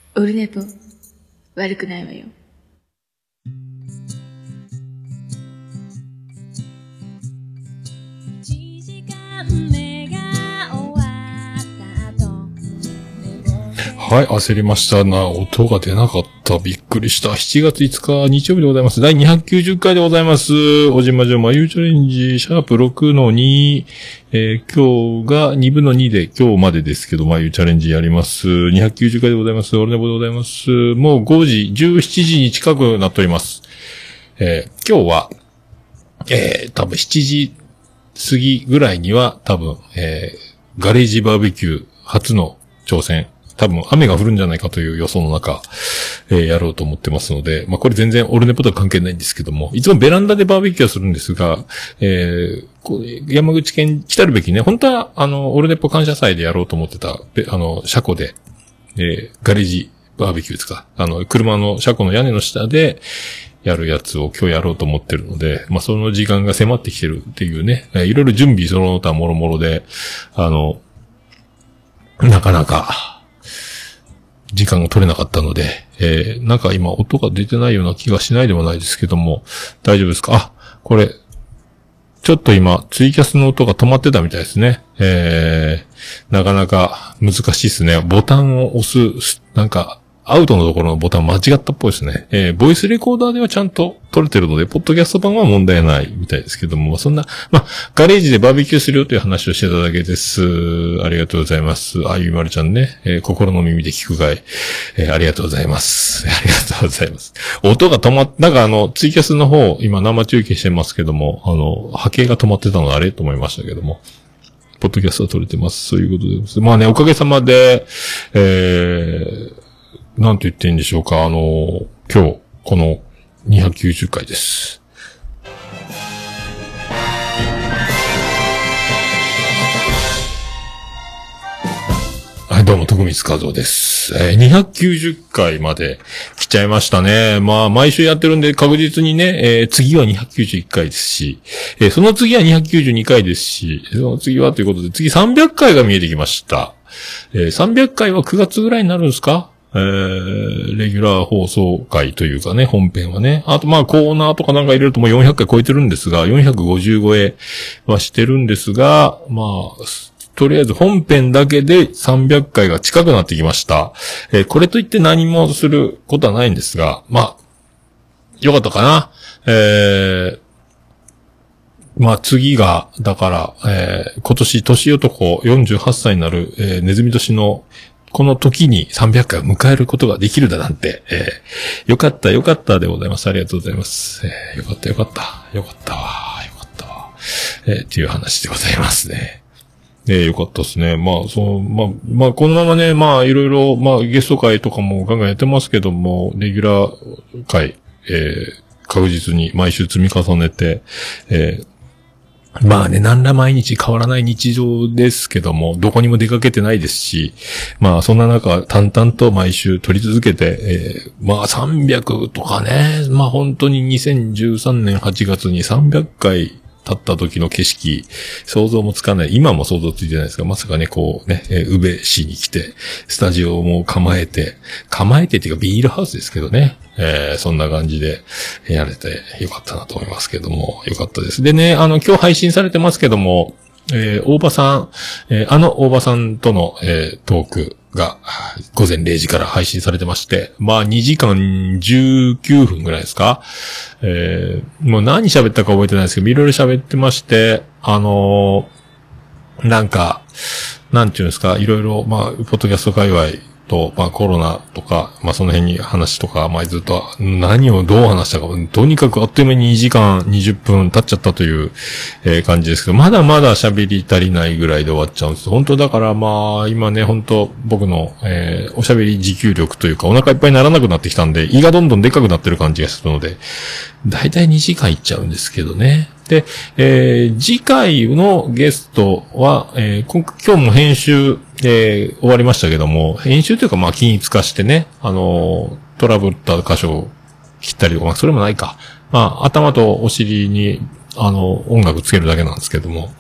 オルネポ悪くないわよ。 はい、焦りましたな。音が出なかった。びっくりした。7月5日日曜日でございます。第290回でございます。おじまじょまゆチャレンジ、シャープ6の2、今日が2分の2で、今日までですけど、まゆチャレンジやります。290回でございます。オルネボでございます。もう5時、17時に近くなっております。今日は、多分7時過ぎぐらいには、多分、ガレージバーベキュー初の挑戦。多分雨が降るんじゃないかという予想の中、やろうと思ってますので、まあこれ全然オルネポとは関係ないんですけども、いつもベランダでバーベキューをするんですが、山口県来たるべきね、本当はオルネポ感謝祭でやろうと思ってた、車庫で、ガレージバーベキューですか、車の車庫の屋根の下で、やるやつを今日やろうと思ってるので、まあその時間が迫ってきてるっていうね、いろいろ準備その他もろもろで、なかなか、時間が取れなかったので、なんか今音が出てないような気がしないでもないですけども、大丈夫ですか？あ、これ、ちょっと今、ツイキャスの音が止まってたみたいですね。なかなか難しいですね。ボタンを押す、なんか、アウトのところのボタン間違ったっぽいですね。ボイスレコーダーではちゃんと撮れてるので、ポッドキャスト版は問題ないみたいですけども、そんな、まあ、ガレージでバーベキューするよという話をしてただけです。ありがとうございます。あゆまるちゃんね、心の耳で聞くがい、ありがとうございます。ありがとうございます。音が止まっ、なんかツイキャスの方、今生中継してますけども、波形が止まってたのあれと思いましたけども、ポッドキャストは撮れてます。そういうことです。まあね、おかげさまで、なんと言っていいんでしょうか。今日、この290回です。はい、どうも、徳光和夫です。290回まで来ちゃいましたね。まあ、毎週やってるんで確実にね、次は291回ですし、その次は292回ですし、その次はということで、次300回が見えてきました。300回は9月ぐらいになるんですか？レギュラー放送回というかね、本編はね。あとまあコーナーとかなんか入れるともう400回超えてるんですが、450超えはしてるんですが、まあ、とりあえず本編だけで300回が近くなってきました。これといって何もすることはないんですが、まあ、よかったかな。まあ次が、だから、今年年男48歳になる、ネズミ年のこの時に300回を迎えることができるだなんて、よかったよかったでございます。ありがとうございます。よかったよかった。よかったわ。よかったわ。っていう話でございますね。よかったですね。まあ、まあ、このままね、まあ、いろいろ、まあ、ゲスト会とかもガンガンやってますけども、レギュラー会、確実に毎週積み重ねて、まあね、何ら毎日変わらない日常ですけども、どこにも出かけてないですし、まあそんな中、淡々と毎週撮り続けて、まあ300とかね、まあ本当に2013年8月に300回経った時の景色、想像もつかない。今も想像ついてないですが、まさかね、こうね、宇部市に来て、スタジオも構えてっていうかビニールハウスですけどね。そんな感じでやれてよかったなと思いますけども、よかったです。でね、今日配信されてますけども、大場さん、大場さんとの、トークが午前0時から配信されてまして、まあ2時間19分ぐらいですか？もう何喋ったか覚えてないですけど、いろいろ喋ってまして、なんか、なんていうんですか、いろいろ、まあ、ポッドキャスト界隈と、まあコロナとか、まあその辺に話とか、まあずっと何をどう話したか、とにかくあっという間に2時間20分経っちゃったという、感じですけど、まだまだ喋り足りないぐらいで終わっちゃうんです。本当だからまあ、今ね、本当僕の、おしゃべり持久力というか、お腹いっぱいにならなくなってきたんで、胃がどんどんでかくなってる感じがするので、だいたい2時間いっちゃうんですけどね。で、次回のゲストは、今日も編集、終わりましたけども、編集というかまあ均一化してね、トラブった箇所を切ったりとか、まあそれもないか。まあ頭とお尻に、音楽つけるだけなんですけども、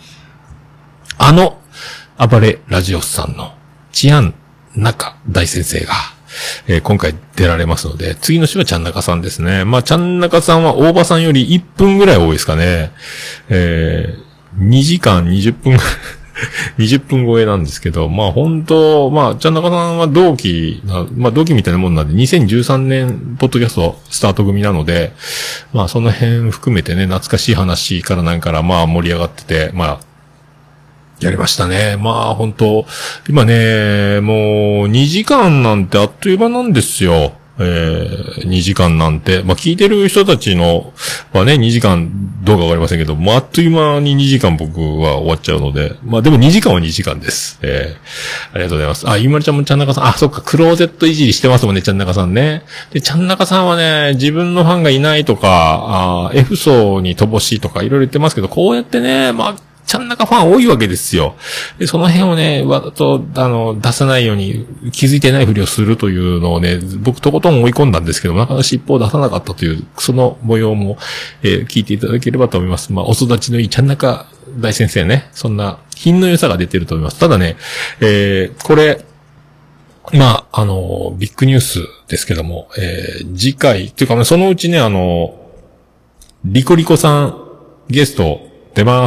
暴れラジオスさんの治安中大先生が、 今回出られますので、次の週はちゃんなかさんですね。まあ、ちゃんなかさんは大場さんより1分ぐらい多いですかね。2時間20分20分超えなんですけど、まあ本当、まあ、ちゃんなかさんは同期みたいなもんなんで、2013年、ポッドキャストスタート組なので、まあその辺含めてね、懐かしい話からなんから、まあ盛り上がってて、まあ、やりましたね。まあ本当、今ね、もう2時間なんてあっという間なんですよ。2時間なんて。まあ、聞いてる人たちのはね、2時間どうかわかりませんけど、もうあっという間に2時間僕は終わっちゃうので、まあでも2時間は2時間です。ありがとうございます。あ、ゆまるちゃんもちゃんなかさん、あ、そっか、クローゼットいじりしてますもんね、ちゃんなかさんね。で、ちゃんなかさんはね、自分のファンがいないとか、F 層に乏しいとかいろいろ言ってますけど、こうやってね、まあ、ちゃんなかファン多いわけですよ。で、その辺をね、わざと、出さないように気づいてないふりをするというのをね、僕とことん追い込んだんですけど、なかなか尻尾を出さなかったという、その模様も、聞いていただければと思います。まあ、お育ちのいいちゃんなか大先生ね、そんな品の良さが出てると思います。ただね、これ、まあ、ビッグニュースですけども、次回、っていうかね、そのうちね、リコリコさん、ゲスト出ます。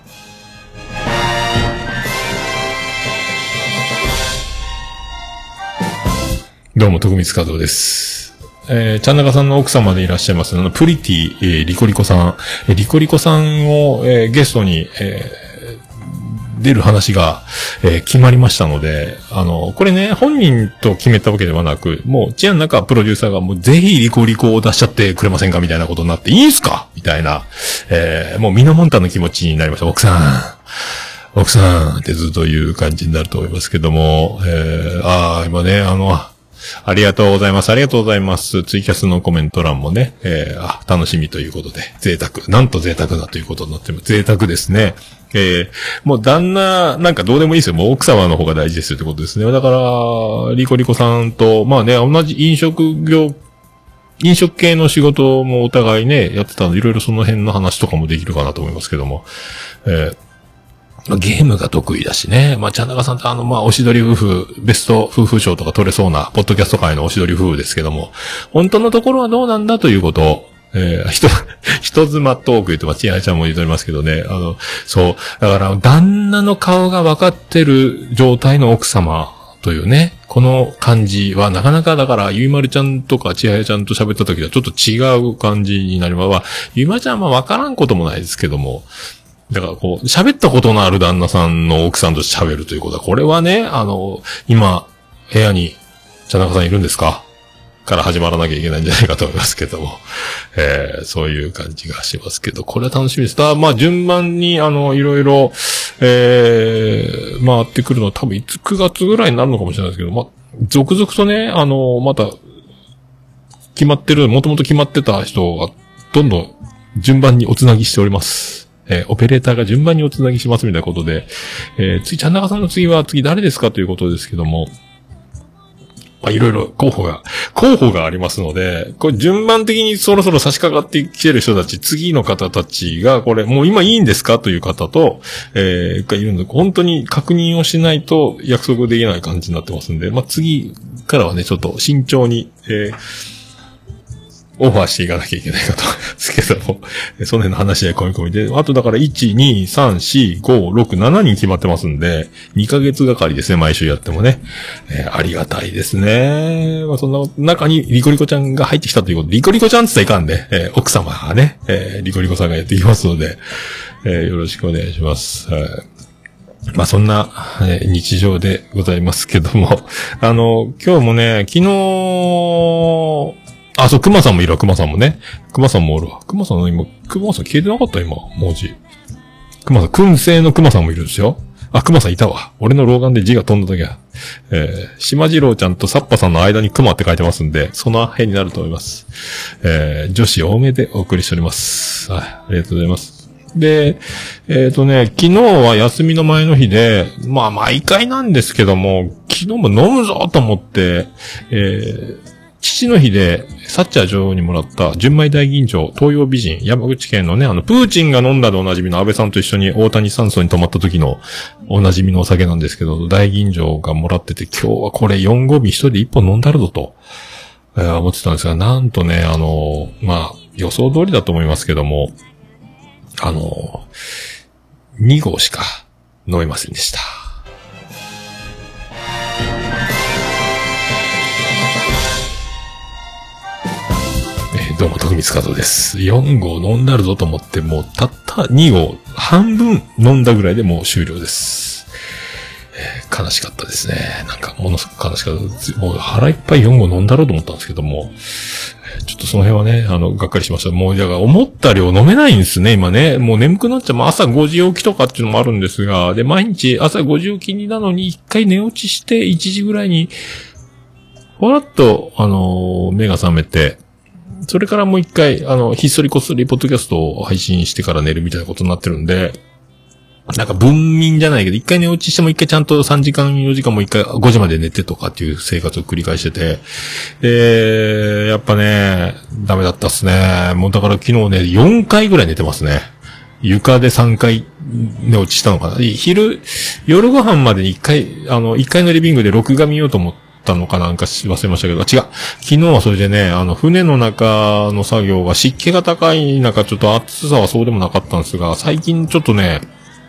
どうも、徳光和夫です。ちゃんなかさんの奥様でいらっしゃいます、プリティ、リコリコさん。リコリコさんを、ゲストに、出る話が、決まりましたので、これね、本人と決めたわけではなく、もう、ちやんなかプロデューサーがもうぜひリコリコを出しちゃってくれませんかみたいなことになって、いいんすかみたいな、もうミノモンタの気持ちになりました。奥さんってずっと言う感じになると思いますけども、今ね、ありがとうございます。ありがとうございます。ツイキャスのコメント欄もね、楽しみということで、贅沢。なんと贅沢だということになってます。贅沢ですね。もう旦那、なんかどうでもいいですよ。もう奥様の方が大事ですよってことですね。だから、リコリコさんと、まあね、同じ飲食系の仕事もお互いね、やってたので、いろいろその辺の話とかもできるかなと思いますけども、ゲームが得意だしね。まあ、ちゃんなかさんっておしどり夫婦、ベスト夫婦賞とか取れそうな、ポッドキャスト界のおしどり夫婦ですけども、本当のところはどうなんだということを、人妻トーク言って、ちやちゃんも言っておりますけどね。そう。だから、旦那の顔が分かってる状態の奥様というね、この感じはなかなかだから、ゆいまるちゃんとかちやちゃんと喋った時はちょっと違う感じになります。ゆいまるちゃんは分からんこともないですけども、だからこう、喋ったことのある旦那さんの奥さんと喋るということは、これはね、今、部屋に、ちゃなかさんいるんですかから始まらなきゃいけないんじゃないかと思いますけども、そういう感じがしますけど、これは楽しみです。まあ、順番に、いろいろ、回ってくるのは多分9月ぐらいになるのかもしれないですけど、まあ、続々とね、また、もともと決まってた人が、どんどん順番におつなぎしております。オペレーターが順番におつなぎしますみたいなことで、次、ちゃんなかさんの次誰ですかということですけども、まあ、いろいろ候補がありますので、これ順番的にそろそろ差し掛かってきてる人たち、次の方たちが、これ、もう今いいんですかという方と、がいるので、本当に確認をしないと約束できない感じになってますんで、まあ、次からはね、ちょっと慎重に、オファーしていかなきゃいけないかと思いますけども、その辺の話し合い込みで、あとだから1、2、3、4、5、6、7人決まってますんで、2ヶ月がかりですね、毎週やってもね。ありがたいですね。まあ、そんな中にリコリコちゃんが入ってきたということで、リコリコちゃんって言ったらいかんで、奥様がね、リコリコさんがやってきますので、よろしくお願いします。まあ、そんな、日常でございますけども、今日もね、昨日、そう、熊さんもいるわ、熊さんもね。熊さんもおるわ。熊さん消えてなかった今、文字。熊さん、燻製の熊さんもいるんですよ。熊さんいたわ。俺の老眼で字が飛んだだけや。島次郎ちゃんとサッパさんの間に熊って書いてますんで、その辺になると思います。女子多めでお送りしております。ありがとうございます。で、昨日は休みの前の日で、まあ、毎回なんですけども、昨日も飲むぞと思って、 父の日で、サッチャー女王にもらった純米大吟醸、東洋美人、山口県のね、プーチンが飲んだでおなじみの安倍さんと一緒に大谷山荘に泊まった時のおなじみのお酒なんですけど、大吟醸がもらってて、今日はこれ4合瓶一人で1本飲んだるぞと、思ってたんですが、なんとね、予想通りだと思いますけども、2合しか飲めませんでした。どうも、徳光和夫です。4合飲んだるぞと思って、もうたった2合、半分飲んだぐらいでもう終了です。悲しかったですね。なんか、ものすごく悲しかった。もう腹いっぱい4合飲んだろうと思ったんですけども、ちょっとその辺はね、がっかりしました。もう、だから思った量飲めないんですね、今ね。もう眠くなっちゃう。朝5時起きとかっていうのもあるんですが、で、毎日朝5時起きになのに1回寝落ちして1時ぐらいに、ふわっと、目が覚めて、それからもう一回、ひっそりこっそりポッドキャストを配信してから寝るみたいなことになってるんで、なんか文民じゃないけど、一回寝落ちしても一回ちゃんと3時間4時間も一回5時まで寝てとかっていう生活を繰り返してて、やっぱね、ダメだったっすね。もうだから昨日ね、4回ぐらい寝てますね。床で3回寝落ちしたのかな。夜ご飯までに1階のリビングで録画見ようと思ったのかなんか忘れましたけど、違う。昨日はそれでね、船の中の作業が湿気が高い中、ちょっと暑さはそうでもなかったんですが、最近ちょっとね、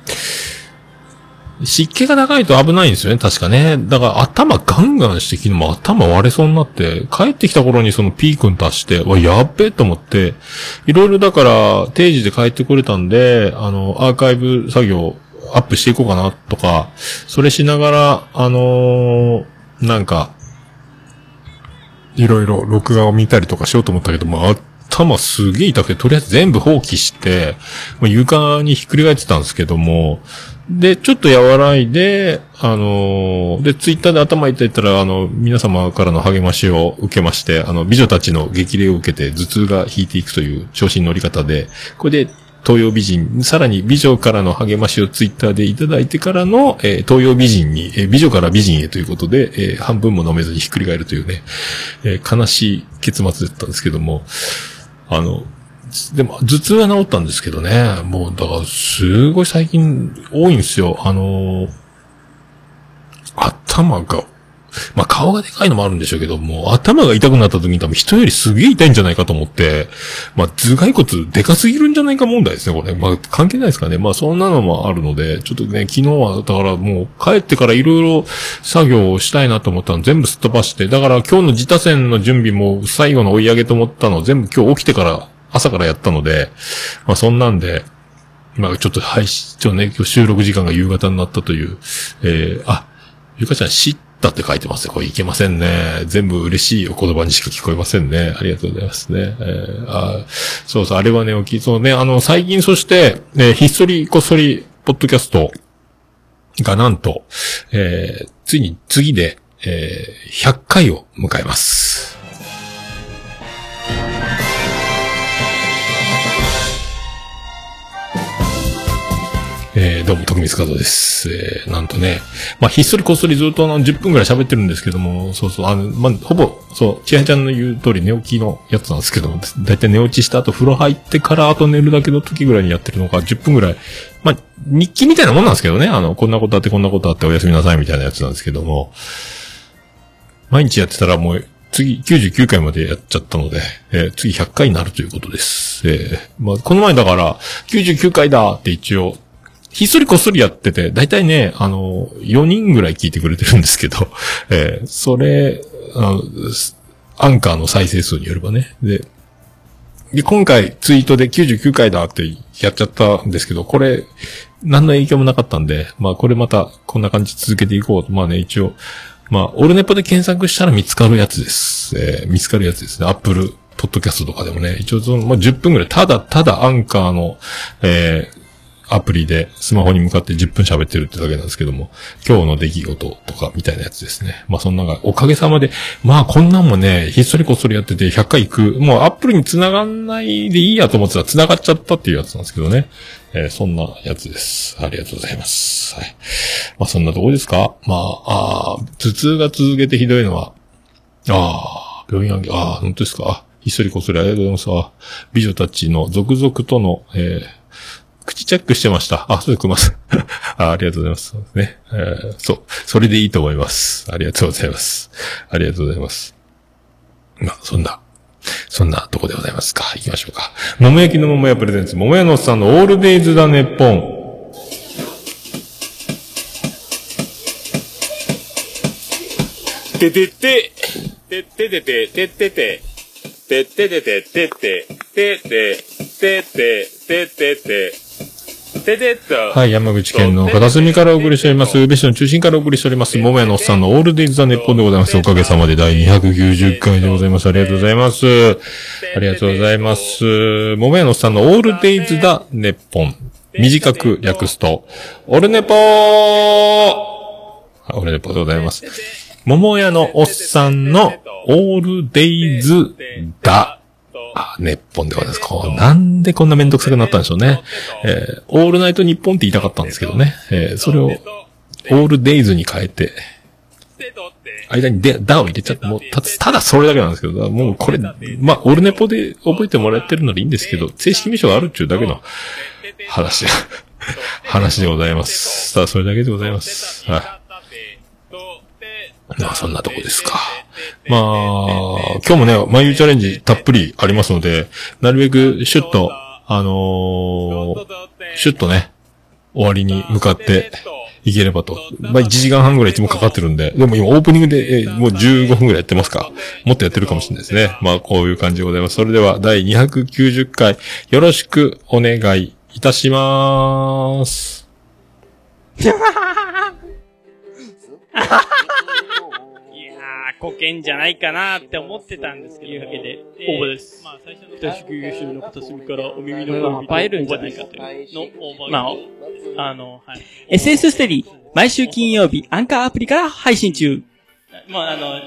湿気が高いと危ないんですよね、確かね。だから頭ガンガンして昨日も頭割れそうになって、帰ってきた頃にそのピークに達して、やっべえと思って、いろいろだから定時で帰ってこれたんで、アーカイブ作業アップしていこうかなとか、それしながら、なんか、いろいろ録画を見たりとかしようと思ったけども、頭すげえ痛くて、とりあえず全部放棄して、床にひっくり返ってたんですけども、で、ちょっと和らいで、で、ツイッターで頭痛いったら、皆様からの励ましを受けまして、美女たちの激励を受けて、頭痛が引いていくという調子に乗り方で、これで、東洋美人、さらに美女からの励ましをツイッターでいただいてからの、東洋美人に、美女から美人へということで、半分も飲めずにひっくり返るというね、悲しい結末だったんですけども、でも、頭痛は治ったんですけどね、もう、だから、すごい最近多いんですよ。頭が、顔がでかいのもあるんでしょうけども、頭が痛くなった時に多分人よりすげえ痛いんじゃないかと思って、頭蓋骨でかすぎるんじゃないか問題ですね、これ。関係ないですかね。そんなのもあるので、ちょっとね、昨日は、だからもう帰ってからいろいろ作業をしたいなと思ったの全部すっ飛ばして、だから今日の自他戦の準備も最後の追い上げと思ったのを全部今日起きてから、朝からやったので、そんなんで、ちょっとね、今日収録時間が夕方になったという、ゆかちゃん知ったって書いてますよ。これいけませんね。全部嬉しいお言葉にしか聞こえませんね。ありがとうございますね。そうそう、あれはね、そうね、最近そして、ひっそりこっそり、ポッドキャストがなんと、ついに次で、100回を迎えます。どうも、徳光和夫です。なんとね、ひっそりこっそりずっと10分くらい喋ってるんですけども、そうそう、ほぼ、そう、千葉ちゃんの言う通り寝起きのやつなんですけども、だいたい寝落ちした後風呂入ってからあと寝るだけの時ぐらいにやってるのが10分くらい、日記みたいなもんなんですけどね、こんなことあってこんなことあっておやすみなさいみたいなやつなんですけども、毎日やってたらもう、次99回までやっちゃったので、次100回になるということです。この前だから99回だって一応ひっそりこっそりやってて、だいたいね4人ぐらい聞いてくれてるんですけど、それアンカーの再生数によればね、で今回ツイートで99回だってやっちゃったんですけど、これ何の影響もなかったんで、これまたこんな感じ続けていこうと、一応オルネポで検索したら見つかるやつです。見つかるやつですね。アップルポッドキャストとかでもね、一応10分ぐらい、ただアンカーの、アプリでスマホに向かって10分喋ってるってだけなんですけども、今日の出来事とかみたいなやつですね。そんなおかげさまで、こんなんもね、ひっそりこっそりやってて100回行く、もうアップルに繋がんないでいいやと思ってたら繋がっちゃったっていうやつなんですけどね。そんなやつです。ありがとうございます。はい。そんなとこですか？頭痛が続けてひどいのは、 病院案件、本当ですか。ひっそりこっそりありがとうございます。美女たちの続々との、口チャックしてました。そうです、熊さん。ありがとうございます。そうですね。それでいいと思います。ありがとうございます。ありがとうございます。まあ、そんなとこでございますか。行きましょうか。桃焼きの桃屋プレゼンツ、桃屋のおっさんのオールデイズだネッポン。ててて、てててて、ててて、てててて、ててて、ててて、ててて、はい、山口県の片隅からお送りしております。宇部市の中心からお送りしております。桃屋のおっさんのオールデイズ・ザ・ネッポンでございます。おかげさまで第290回でございます。ありがとうございます。ありがとうございます。桃屋のおっさんのオールデイズ・ザ・ネッポン。短く略すと、オルネポーオルネポでございます。桃屋のおっさんのオールデイズ・ザ・ネッポンでございます。なんでこんなめんどくさくなったんでしょうね。オールナイトニッポンって言いたかったんですけどね。それを、オールデイズに変えて、間にダを入れちゃって、もう、ただそれだけなんですけど、もうこれ、まあ、オルネポで覚えてもらってるのでいいんですけど、正式名称があるっていうだけの話でございます。ただそれだけでございます。はい。まあ、そんなとこですか。まあ、今日もね、眉チャレンジたっぷりありますので、なるべくシュッと、シュッとね、終わりに向かっていければと。まあ、1時間半ぐらいいつもかかってるんで、でも今オープニングで、もう15分ぐらいやってますか。もっとやってるかもしれないですね。まあ、こういう感じでございます。それでは、第290回、よろしくお願いいたしまーす。 保険じゃないかなって思ってたんですけど、いうわけで、 応募です。まあ、最初の北宿優秀の片隅からお耳の映えるんじゃないかというのを、まあ、はい。 SS ステディ、毎週金曜日、アンカーアプリから配信中。 もう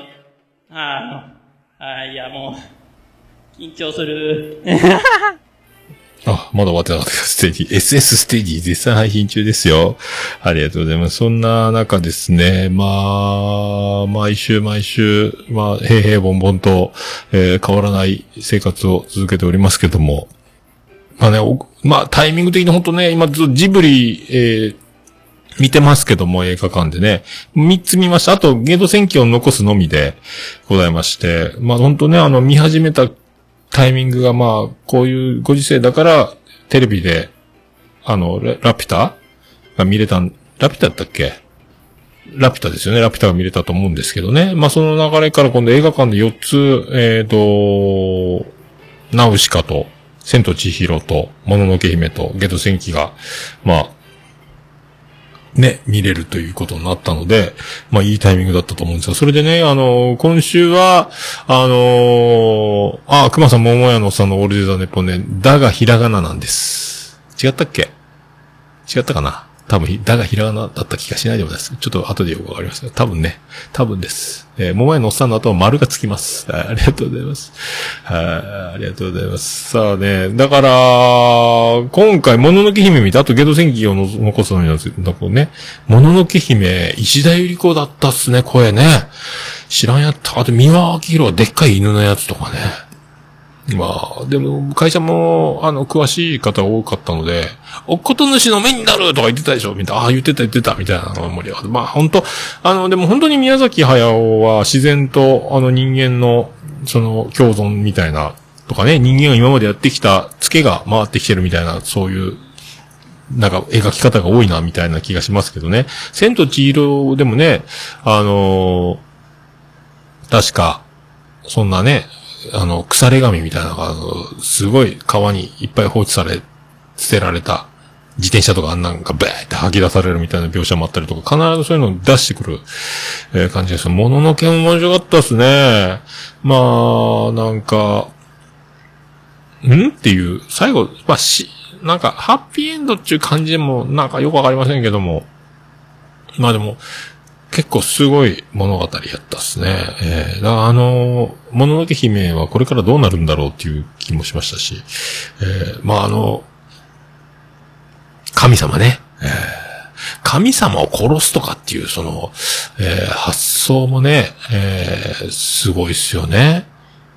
いや、もう、緊張する。 まだ終わってなかったです。SS ステディ絶賛配信中ですよ。ありがとうございます。そんな中ですね、まあ、毎週、まあ、平々凡々と、変わらない生活を続けておりますけども。まあね、まあ、タイミング的に本当ね、今ずっとジブリ、見てますけども、映画館でね。3つ見ました。あと、ゲート戦記を残すのみでございまして。まあ、本当ね、見始めたタイミングがまあ、こういうご時世だから、テレビで、ラピュタが見れたラピュタだったっけ？ラピュタですよね。ラピュタが見れたと思うんですけどね。まあ、その流れから今度映画館で4つ、ナウシカと、千と千尋と、もののけ姫と、ゲド戦記が、まあ、ね、見れるということになったので、まあいいタイミングだったと思うんですが、それでね、今週は、熊さん桃屋のさんのオールディーザネッポンね、だがひらがななんです。違ったっけ？違ったかな？多分、だがひらがなだった気がしないでもないです。ちょっと後でよくわかりますけど、多分です。桃屋のおっさんの後は丸がつきます。ありがとうございます。ありがとうございます。さあね、だから、今回、もののけ姫見て、あとゲド戦記を残すのになんですけどね、もののけ姫、石田ゆり子だったっすね、声ね。知らんやった。あと、三輪明宏はでっかい犬のやつとかね。まあ、でも、会社も、詳しい方が多かったので、おこと主の目になるとか言ってたでしょみたいな、言ってた、みたいなのが盛り上がって。まあ、本当でも本当に宮崎駿は自然と、人間の、共存みたいな、とかね、人間が今までやってきた、ツケが回ってきてるみたいな、そういう、なんか、描き方が多いな、みたいな気がしますけどね。千と千尋でもね、確か、そんなね、腐れ紙みたいなのが、すごい川にいっぱい放置され、捨てられた自転車とかなんかベーって吐き出されるみたいな描写もあったりとか、必ずそういうのを出してくる、感じです。もののけも面白かったですね。まあ、なんか、っていう、最後、まあ、なんか、ハッピーエンドっていう感じでも、なんかよくわかりませんけども、まあでも、結構すごい物語やったっすね。だからもののけ姫はこれからどうなるんだろうっていう気もしましたし、まあ神様ね、神様を殺すとかっていう発想もね、すごいっすよね。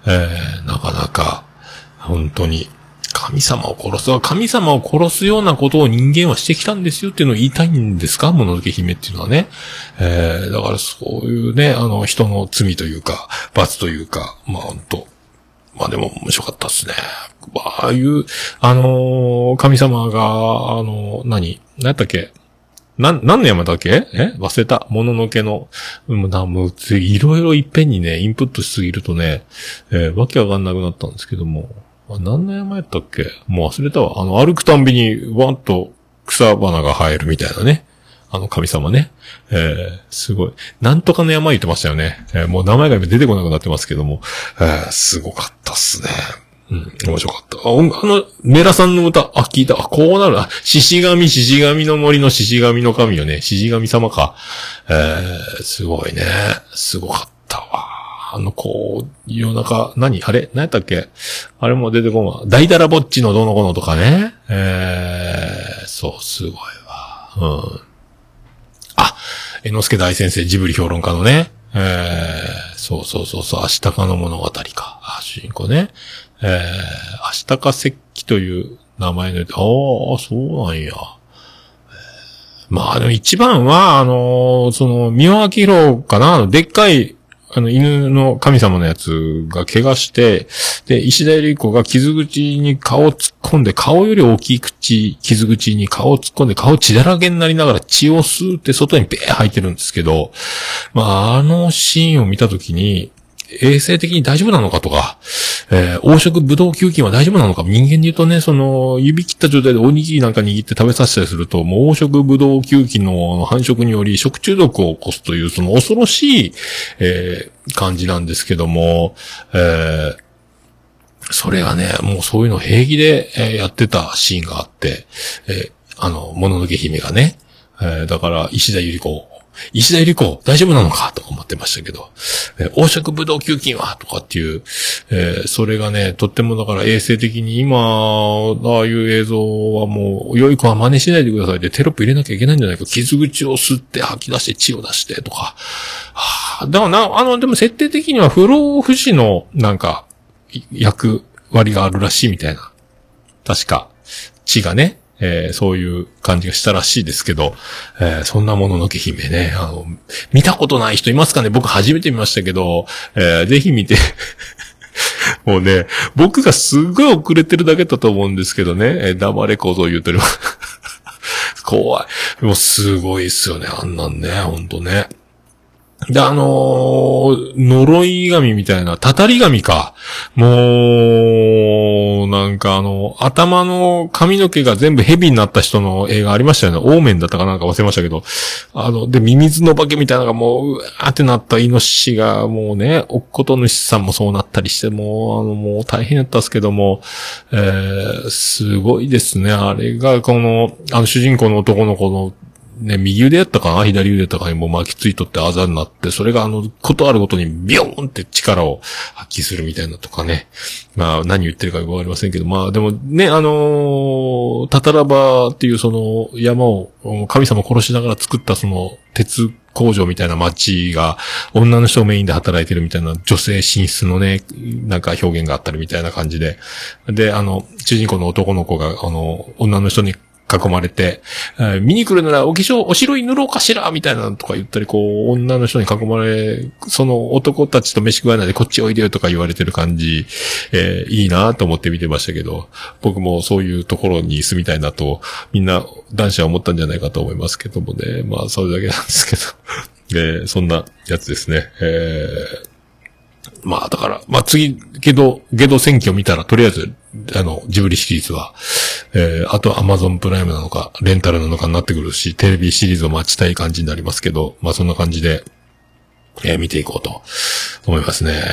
なかなか、本当に、神様を殺すようなことを人間はしてきたんですよっていうのを言いたいんですか？もののけ姫っていうのはね。だからそういうね、人の罪というか、罰というか、まあ本当まあでも面白かったですね。ああいう、神様が、何やったっけ？何の山だっけ？忘れた。もののけの、もういろいろいっぺんにね、インプットしすぎるとね、わけわかんなくなったんですけども、何の山やったっけ？もう忘れたわ。歩くたんびに、ワンと草花が生えるみたいなね。神様ね。すごい。なんとかの山言ってましたよね。もう名前が出てこなくなってますけども、すごかったっすね。うん、面白かった。メラさんの歌、聞いた。こうなる。獅子神の森の獅子神の神よね。獅子神様か。すごいね。すごかったわ。夜中、何やったっけ？あれも出てこんわ。大だらぼっちのどの子のとかね。そう、すごいわ。うん。猿之助大先生、ジブリ評論家のね。そう、明日かの物語か。主人公ね。明日か石器という名前の、そうなんや。まあ、でも一番は、三輪明宏かな、でっかい、犬の神様のやつが怪我して、で、石田ゆり子が傷口に顔を突っ込んで、顔より大きい傷口に顔を突っ込んで、顔血だらけになりながら血を吸って外にベー吐いてるんですけど、まあ、シーンを見たときに、衛生的に大丈夫なのかとか、黄色ブドウ球菌は大丈夫なのか、人間で言うとね、指切った状態でおにぎりなんか握って食べさせたりすると、もう黄色ブドウ球菌の繁殖により食中毒を起こすという、恐ろしい、感じなんですけども、それがね、もうそういうの平気で、やってたシーンがあって、もののけ姫がね、だから石田ゆり子、大丈夫なのかとか思ってましたけど、黄色ブドウ球菌はとかっていう、それがね、とってもだから衛生的に今、ああいう映像はもう、良い子は真似しないでくださいってテロップ入れなきゃいけないんじゃないか。傷口を吸って吐き出して血を出してとか。だからでも設定的には不老不死のなんか、役割があるらしいみたいな。確か、血がね。そういう感じがしたらしいですけど、そんなもののけ姫ね、見たことない人いますかね？僕初めて見ましたけど、ぜひ見て、もうね、僕がすごい遅れてるだけだと思うんですけどね、黙れ小僧言うてる。怖い。もうすごいっすよね、あんなんね、ほんとね。で、呪い神みたいな、たたり神か。もう、なんか頭の髪の毛が全部蛇になった人の映画ありましたよね。オーメンだったかなんか忘れましたけど。で、ミミズの化けみたいなのがもう、うわーってなったイノシシが、もうね、おっこと主さんもそうなったりして、もう大変だったんですけども、すごいですね。あれが、主人公の男の子の、ね、右腕やったかな左腕やったかにもう巻きついとってあざになって、それがことあるごとにビヨーンって力を発揮するみたいなとかね。まあ、何言ってるかよくわかりませんけど、まあでもね、タタラバっていう山を神様殺しながら作った鉄工場みたいな街が女の人をメインで働いてるみたいな女性進出のね、なんか表現があったりみたいな感じで。で、主人公の男の子が女の人に囲まれて、見に来るならお白い塗ろうかしらみたいなのとか言ったり、女の人に囲まれ、その男たちと飯食わないでこっちおいでよとか言われてる感じ、いいなと思って見てましたけど、僕もそういうところに住みたいなと、みんな男子は思ったんじゃないかと思いますけどもね。まあ、それだけなんですけど、そんなやつですね。まあだから、まあ次、ゲド選挙見たら、とりあえず、ジブリシリーズは、あとは Amazon プライムなのか、レンタルなのかになってくるし、テレビシリーズを待ちたい感じになりますけど、まあそんな感じで、見ていこうと思いますね。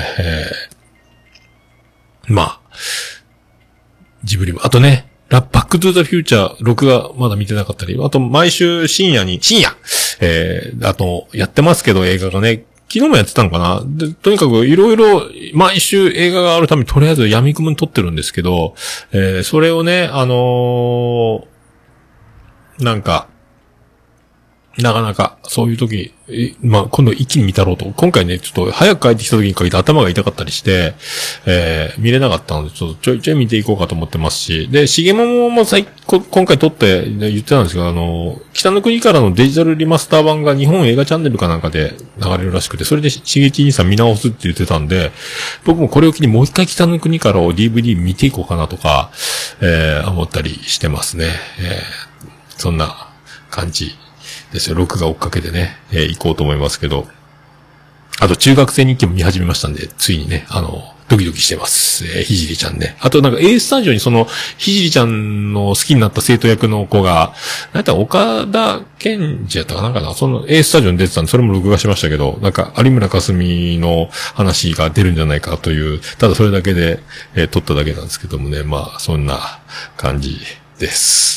まあ、ジブリも、あとね、バックトゥーザフューチャー、録画まだ見てなかったり、あと毎週深夜、あと、やってますけど映画がね、昨日もやってたのかなで、とにかくいろいろ、毎週映画があるためにとりあえず闇雲に撮ってるんですけど、それをね、なんか、 なかなか、そういう時、まあ、今度一気に見たろうと。今回ね、ちょっと早く帰ってきた時にかけて頭が痛かったりして、見れなかったので、ちょっとちょいちょい見ていこうかと思ってますし。で、しげももも今回撮って言ってたんですけど、北の国からのデジタルリマスター版が日本映画チャンネルかなんかで流れるらしくて、それでしげち兄さん見直すって言ってたんで、僕もこれを機にもう一回北の国からを DVD 見ていこうかなとか、思ったりしてますね。そんな感じ。ですよ。録画追っかけてね、行こうと思いますけど。あと、中学生日記も見始めましたんで、ついにね、ドキドキしてます。ひじりちゃんね。あと、なんか A スタジオにひじりちゃんの好きになった生徒役の子が、なんか岡田健二やったかなんかな、A スタジオに出てたんで、それも録画しましたけど、なんか、有村架純の話が出るんじゃないかという、ただそれだけで、撮っただけなんですけどもね、まあ、そんな感じです。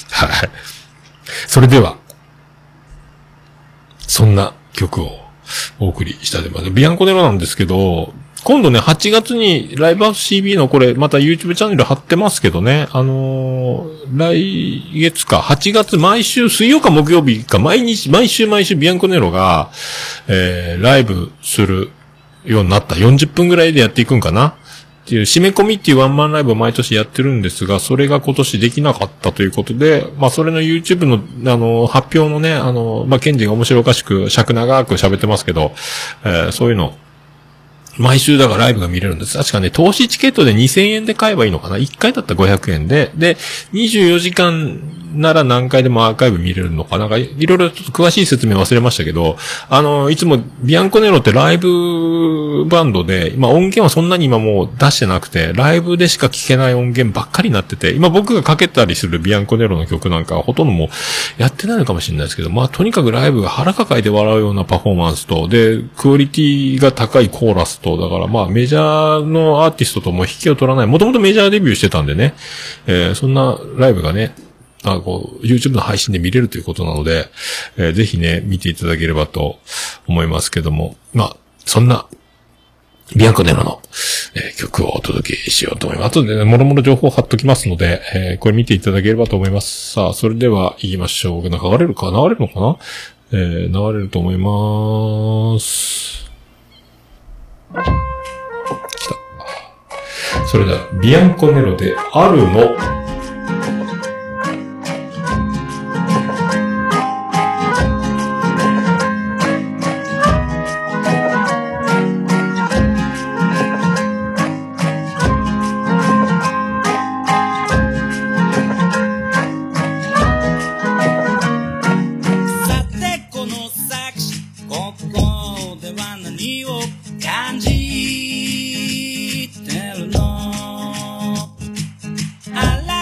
はい。それでは、そんな曲をお送りしたでます。ビアンコネロなんですけど、今度ね、8月にライブハウス CB のこれ、また YouTube チャンネル貼ってますけどね、来月か、8月毎週水曜か木曜日か、毎週ビアンコネロが、ライブするようになった。40分ぐらいでやっていくんかなっていう、締め込みっていうワンマンライブを毎年やってるんですが、それが今年できなかったということで、まあ、それの YouTube の、発表のね、まあ、ケンジが面白おかしく、尺長く喋ってますけど、そういうの、毎週だからライブが見れるんです。確かね、投資チケットで2000円で買えばいいのかな ?1 回だったら500円で。で、24時間なら何回でもアーカイブ見れるのかな、いろいろちょっと詳しい説明忘れましたけど、いつもビアンコネロってライブバンドで、今音源はそんなに今もう出してなくて、ライブでしか聴けない音源ばっかりになってて、今僕がかけたりするビアンコネロの曲なんかはほとんどもうやってないのかもしれないですけど、まあとにかくライブが腹抱えて笑うようなパフォーマンスと、で、クオリティが高いコーラスと、だからまあメジャーのアーティストとも引きを取らない、もともとメジャーデビューしてたんでね、そんなライブがね、YouTube の配信で見れるということなので、ぜひね、見ていただければと思いますけども、まあ、そんな、ビアンコネロの、曲をお届けしようと思います。後でね、もろもろ情報貼っときますので、これ見ていただければと思います。さあ、それでは行きましょう。流れるのかな流れると思います。来た。それでは、ビアンコネロであるの、 I like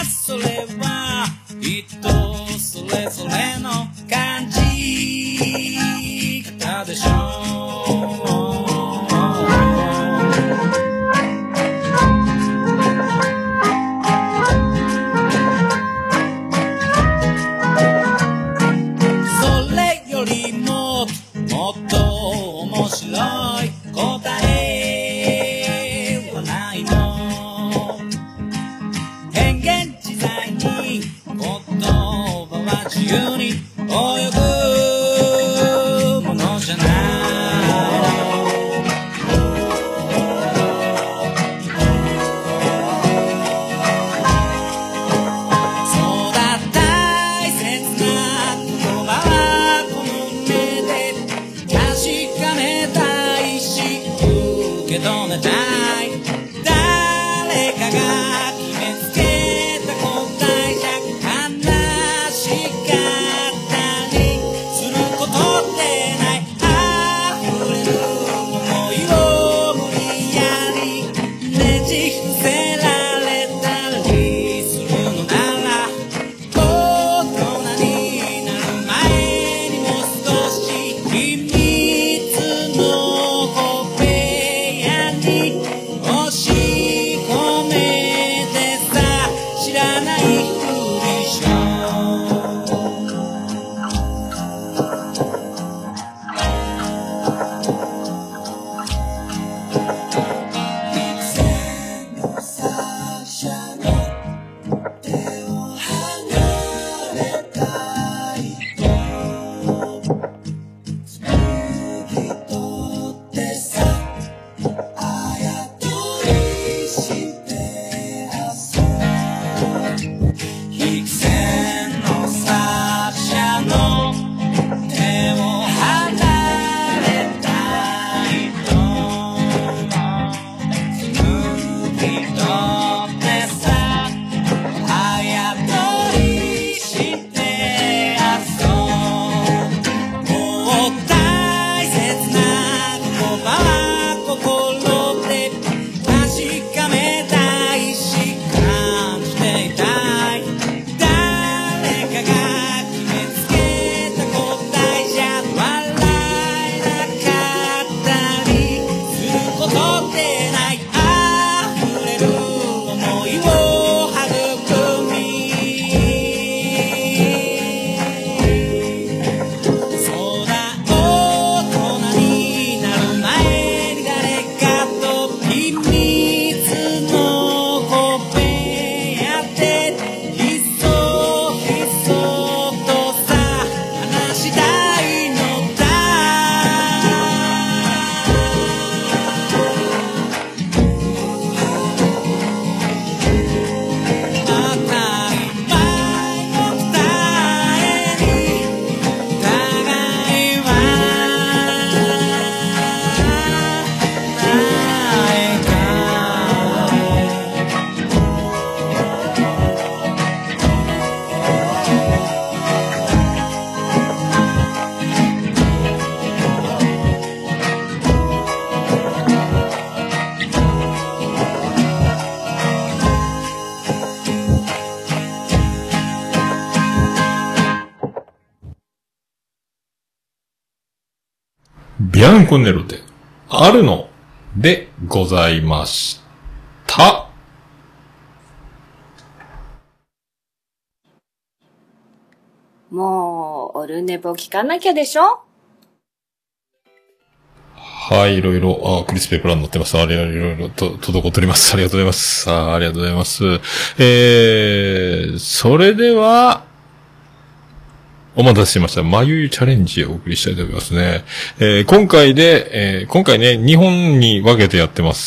ビアンコネロであるのでございました。 もう、オルネポ聞かなきゃでしょ？ はい、いろいろ、クリスペプラン載ってます。いろいろと、滞っております。ありがとうございます。ありがとうございます。それでは、お待たせしました。まゆゆチャレンジをお送りしたいと思いますね。今回ね、2本に分けてやってます。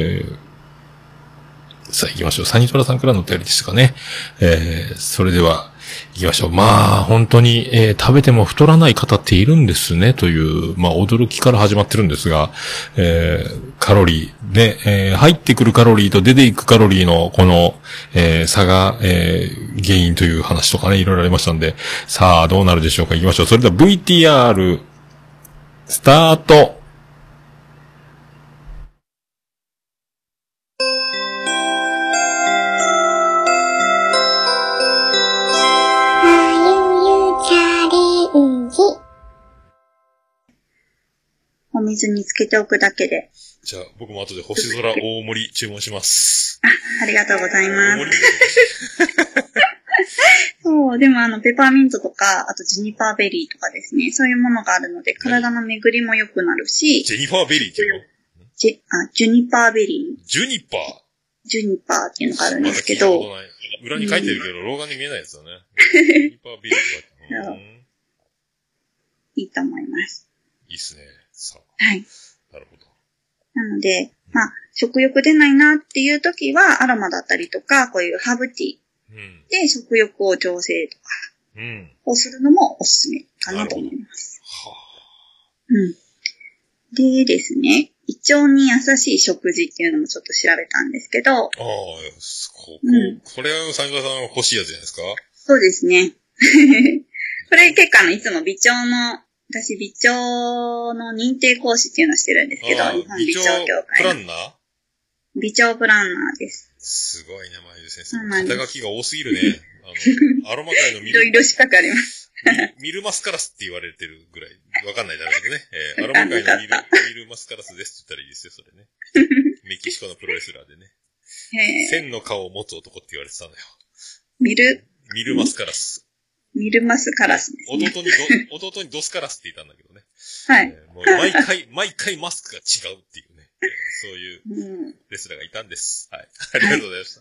さあ行きましょう。サニトラさんからのお便りですかね。それでは、行きましょう。まあ、本当に、食べても太らない方っているんですね、という、まあ、驚きから始まってるんですが、カロリー、ね、入ってくるカロリーと出ていくカロリーの、この、差が、原因という話とかね、いろいろありましたんで、さあ、どうなるでしょうか。行きましょう。それでは VTR、スタート。 お水につけておくだけで。 じゃあ、僕も後で星空大盛り注文します。 ありがとうございます。そう、でもペパーミントとか、あとジュニパーベリーとかですね、そういうものがあるので、体の巡りも良くなるし。 ジェニファーベリーっていうの？ ジュニパーベリー。 ジュニパーっていうのがあるんですけど。 裏に書いてるけど、老眼に見えないやつだね。ジュニパーベリーとか。 いいと思います。 いいっすね。さあ。 はい。 なるほど。 なので、まあ、食欲出ないなっていう時は、アロマだったりとか、こういうハーブティーで食欲を調整とか、をするのもおすすめかなと思います。でですね、胃腸に優しい食事っていうのもちょっと調べたんですけど。 これはサニトラさん欲しいやつじゃないですか？ そうですね。これ結構いつも微腸の、私、微腸の認定講師っていうのをしてるんですけど、日本微腸協会。 プランナー？ 微腸プランナーです。 すごいね、まゆ先生。肩書きが多すぎるね。アロマ界のいろいろ資格あります。 ミルマスカラスって言われてるぐらい、わかんないだろうけどね。アロマ界のミルマスカラスですって言ったらいいですよ、それね。メキシコのプロレスラーでね。千の顔を持つ男って言われてたんだよ。ミルマスカラス。 ミルマスカラスですね。 弟にドスカラスって言ったんだけどね。 はい。 もう毎回マスクが違うっていうね。そういうレスラーがいたんです。はい。ありがとうございました。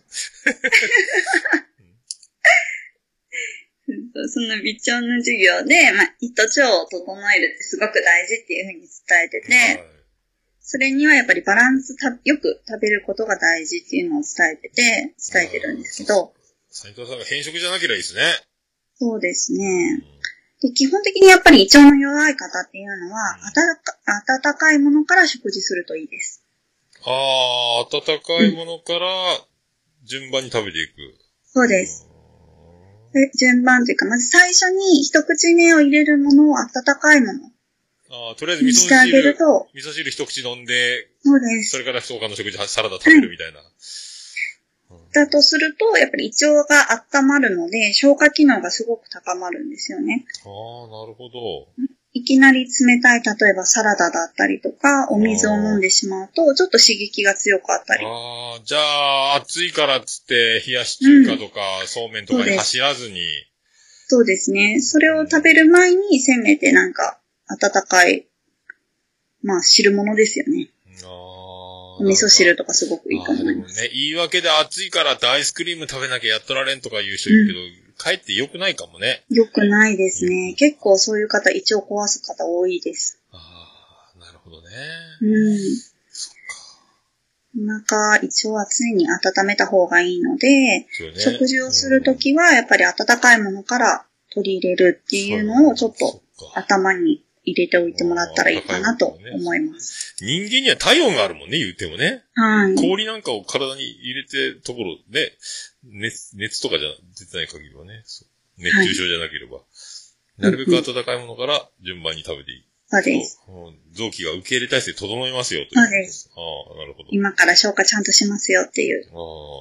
その微腸の授業で、胃と腸を整えるってすごく大事っていうふうに伝えてて、それにはやっぱりバランスよく食べることが大事っていうのを伝えてるんですけど。 斉藤さんが偏食じゃなければいいですね。 そうですね。で、基本的にやっぱり胃腸の弱い方っていうのは、温かいものから食事するといいです。 温かいものから順番に食べていく。 そうです。順番というか、まず最初に一口目を入れるものを温かいもの。 とりあえず味噌汁一口飲んで、 そうです。 それから他の食事、サラダ食べるみたいな。 だとすると、やっぱり胃腸が温まるので、消化機能がすごく高まるんですよね。 なるほど。 いきなり冷たい、例えばサラダだったりとか、お水を飲んでしまうと、ちょっと刺激が強かったり。 じゃあ、暑いからっつって、冷やし中華とか、そうめんとかに走らずに。 そうですね。それを食べる前に、せめて温かい、汁物ですよね。お味噌汁とかすごくいいと思います。 ね、言い訳で暑いからってアイスクリーム食べなきゃやっとられんとか言う人いるけど、かえって良くないかもね。 良くないですね。結構そういう方、胃腸壊す方多いです。 なるほどね。 そっか。胃腸は常に温めた方がいいので、食事をするときはやっぱり温かいものから取り入れるっていうのをちょっと頭に入れておいてもらったらいいかなと思います。 人間には体温があるもんね、言うてもね。 はい。 氷なんかを体に入れてるところで、熱とかじゃ出てない限りはね、熱中症じゃなければ、なるべく温かいものから順番に食べていい。 そうです。 臓器が受け入れ体制整いますよという。 そうです。 なるほど。 今から消化ちゃんとしますよっていう。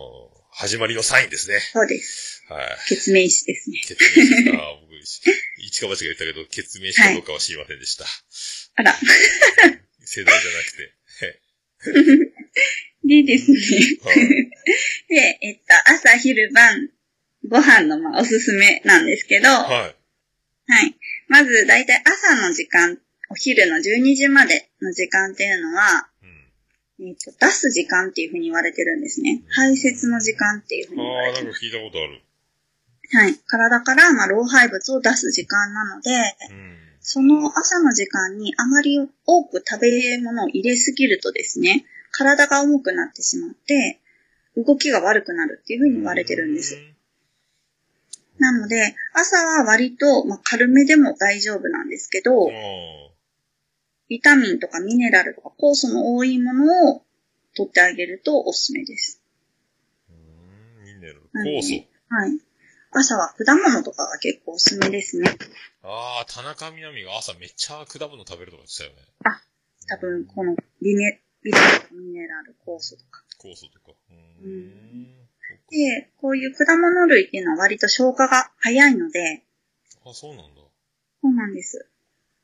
始まりのサインですね。 そうです。 はい。 決命詞ですね。 決命詞。僕、一か八が言ったけど、決命詞かどうかは知りませんでした。 あら。 世代じゃなくて。 でですね。で、朝、昼、晩、ご飯のおすすめなんですけど、はい。まず、だいたい朝の時間、お昼の12時までの時間っていうのは、出す時間っていうふうに言われてるんですね。排泄の時間っていうふうに言われてる。 なんか聞いたことある。 はい。体から、老廃物を出す時間なので、その朝の時間にあまり多く食べ物を入れすぎるとですね、体が重くなってしまって、動きが悪くなるっていうふうに言われてるんです。なので、朝は割と、軽めでも大丈夫なんですけど、ビタミンとかミネラルとか酵素の多いものを取ってあげるとおすすめです。 ミネラル、酵素。 はい。朝は果物とかが結構おすすめですね。 田中みな実が朝めっちゃ果物食べるとか言ってたよね。 多分このビタミン、ミネラル、酵素とか。 酵素とか。 で、こういう果物類っていうのは割と消化が早いので。 そうなんだ。 そうなんです。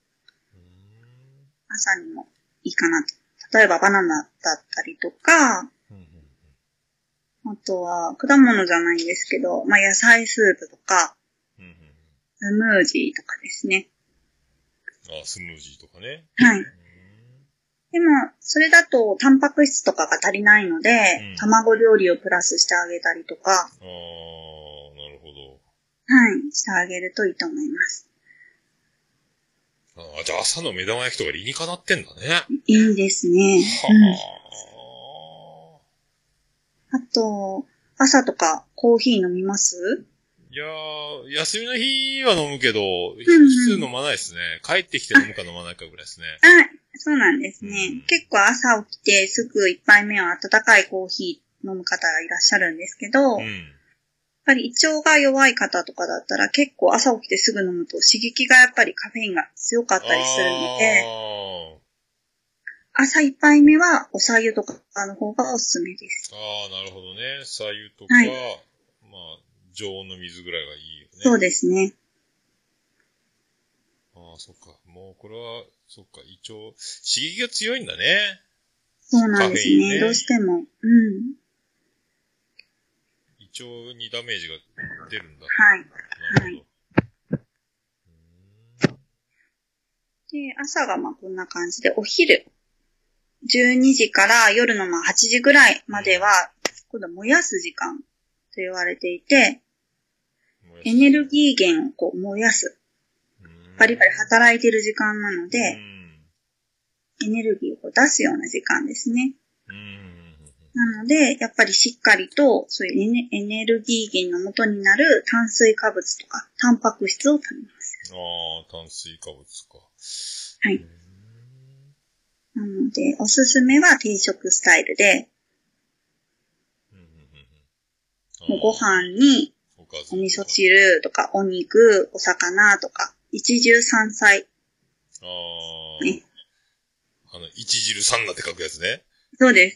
朝にもいいかなと。例えばバナナだったりとか、あとは果物じゃないんですけど、野菜スープとか、スムージーとかですね。 スムージーとかね。 はい。でも、それだとタンパク質とかが足りないので、卵料理をプラスしてあげたりとか。なるほど。 はい、してあげるといいと思います。 じゃあ朝の目玉焼きとか理にかなってんだね。 いいですね。あと、朝とかコーヒー飲みます？ いやー、休みの日は飲むけど、普通飲まないですね。帰ってきて飲むか飲まないかぐらいですね。 そうなんですね。結構朝起きてすぐ一杯目は温かいコーヒー飲む方がいらっしゃるんですけど、やっぱり胃腸が弱い方とかだったら結構朝起きてすぐ飲むと刺激がやっぱりカフェインが強かったりするので、朝一杯目はお茶湯とかの方がおすすめです。 なるほどね。茶湯とか、常温の水ぐらいがいいよね。 そうですね。 そっか。もうこれは、そっか、胃腸、刺激が強いんだね。 そうなんですね。どうしても。 胃腸にダメージが出るんだ。 はい。 なるほど。で、朝がこんな感じで、お昼、12時から夜の8時ぐらいまでは、今度燃やす時間と言われていて、エネルギー源を燃やす。バリバリ働いてる時間なので、エネルギーを出すような時間ですね。なので、やっぱりしっかりと、そういうエネルギー源の元になる炭水化物とか、タンパク質を食べます。 炭水化物か。 はい。なので、おすすめは定食スタイルで、もうご飯に、お味噌汁とか、お肉、お魚とか、一汁三菜。 ね。一汁三菜って書くやつね。 そうです。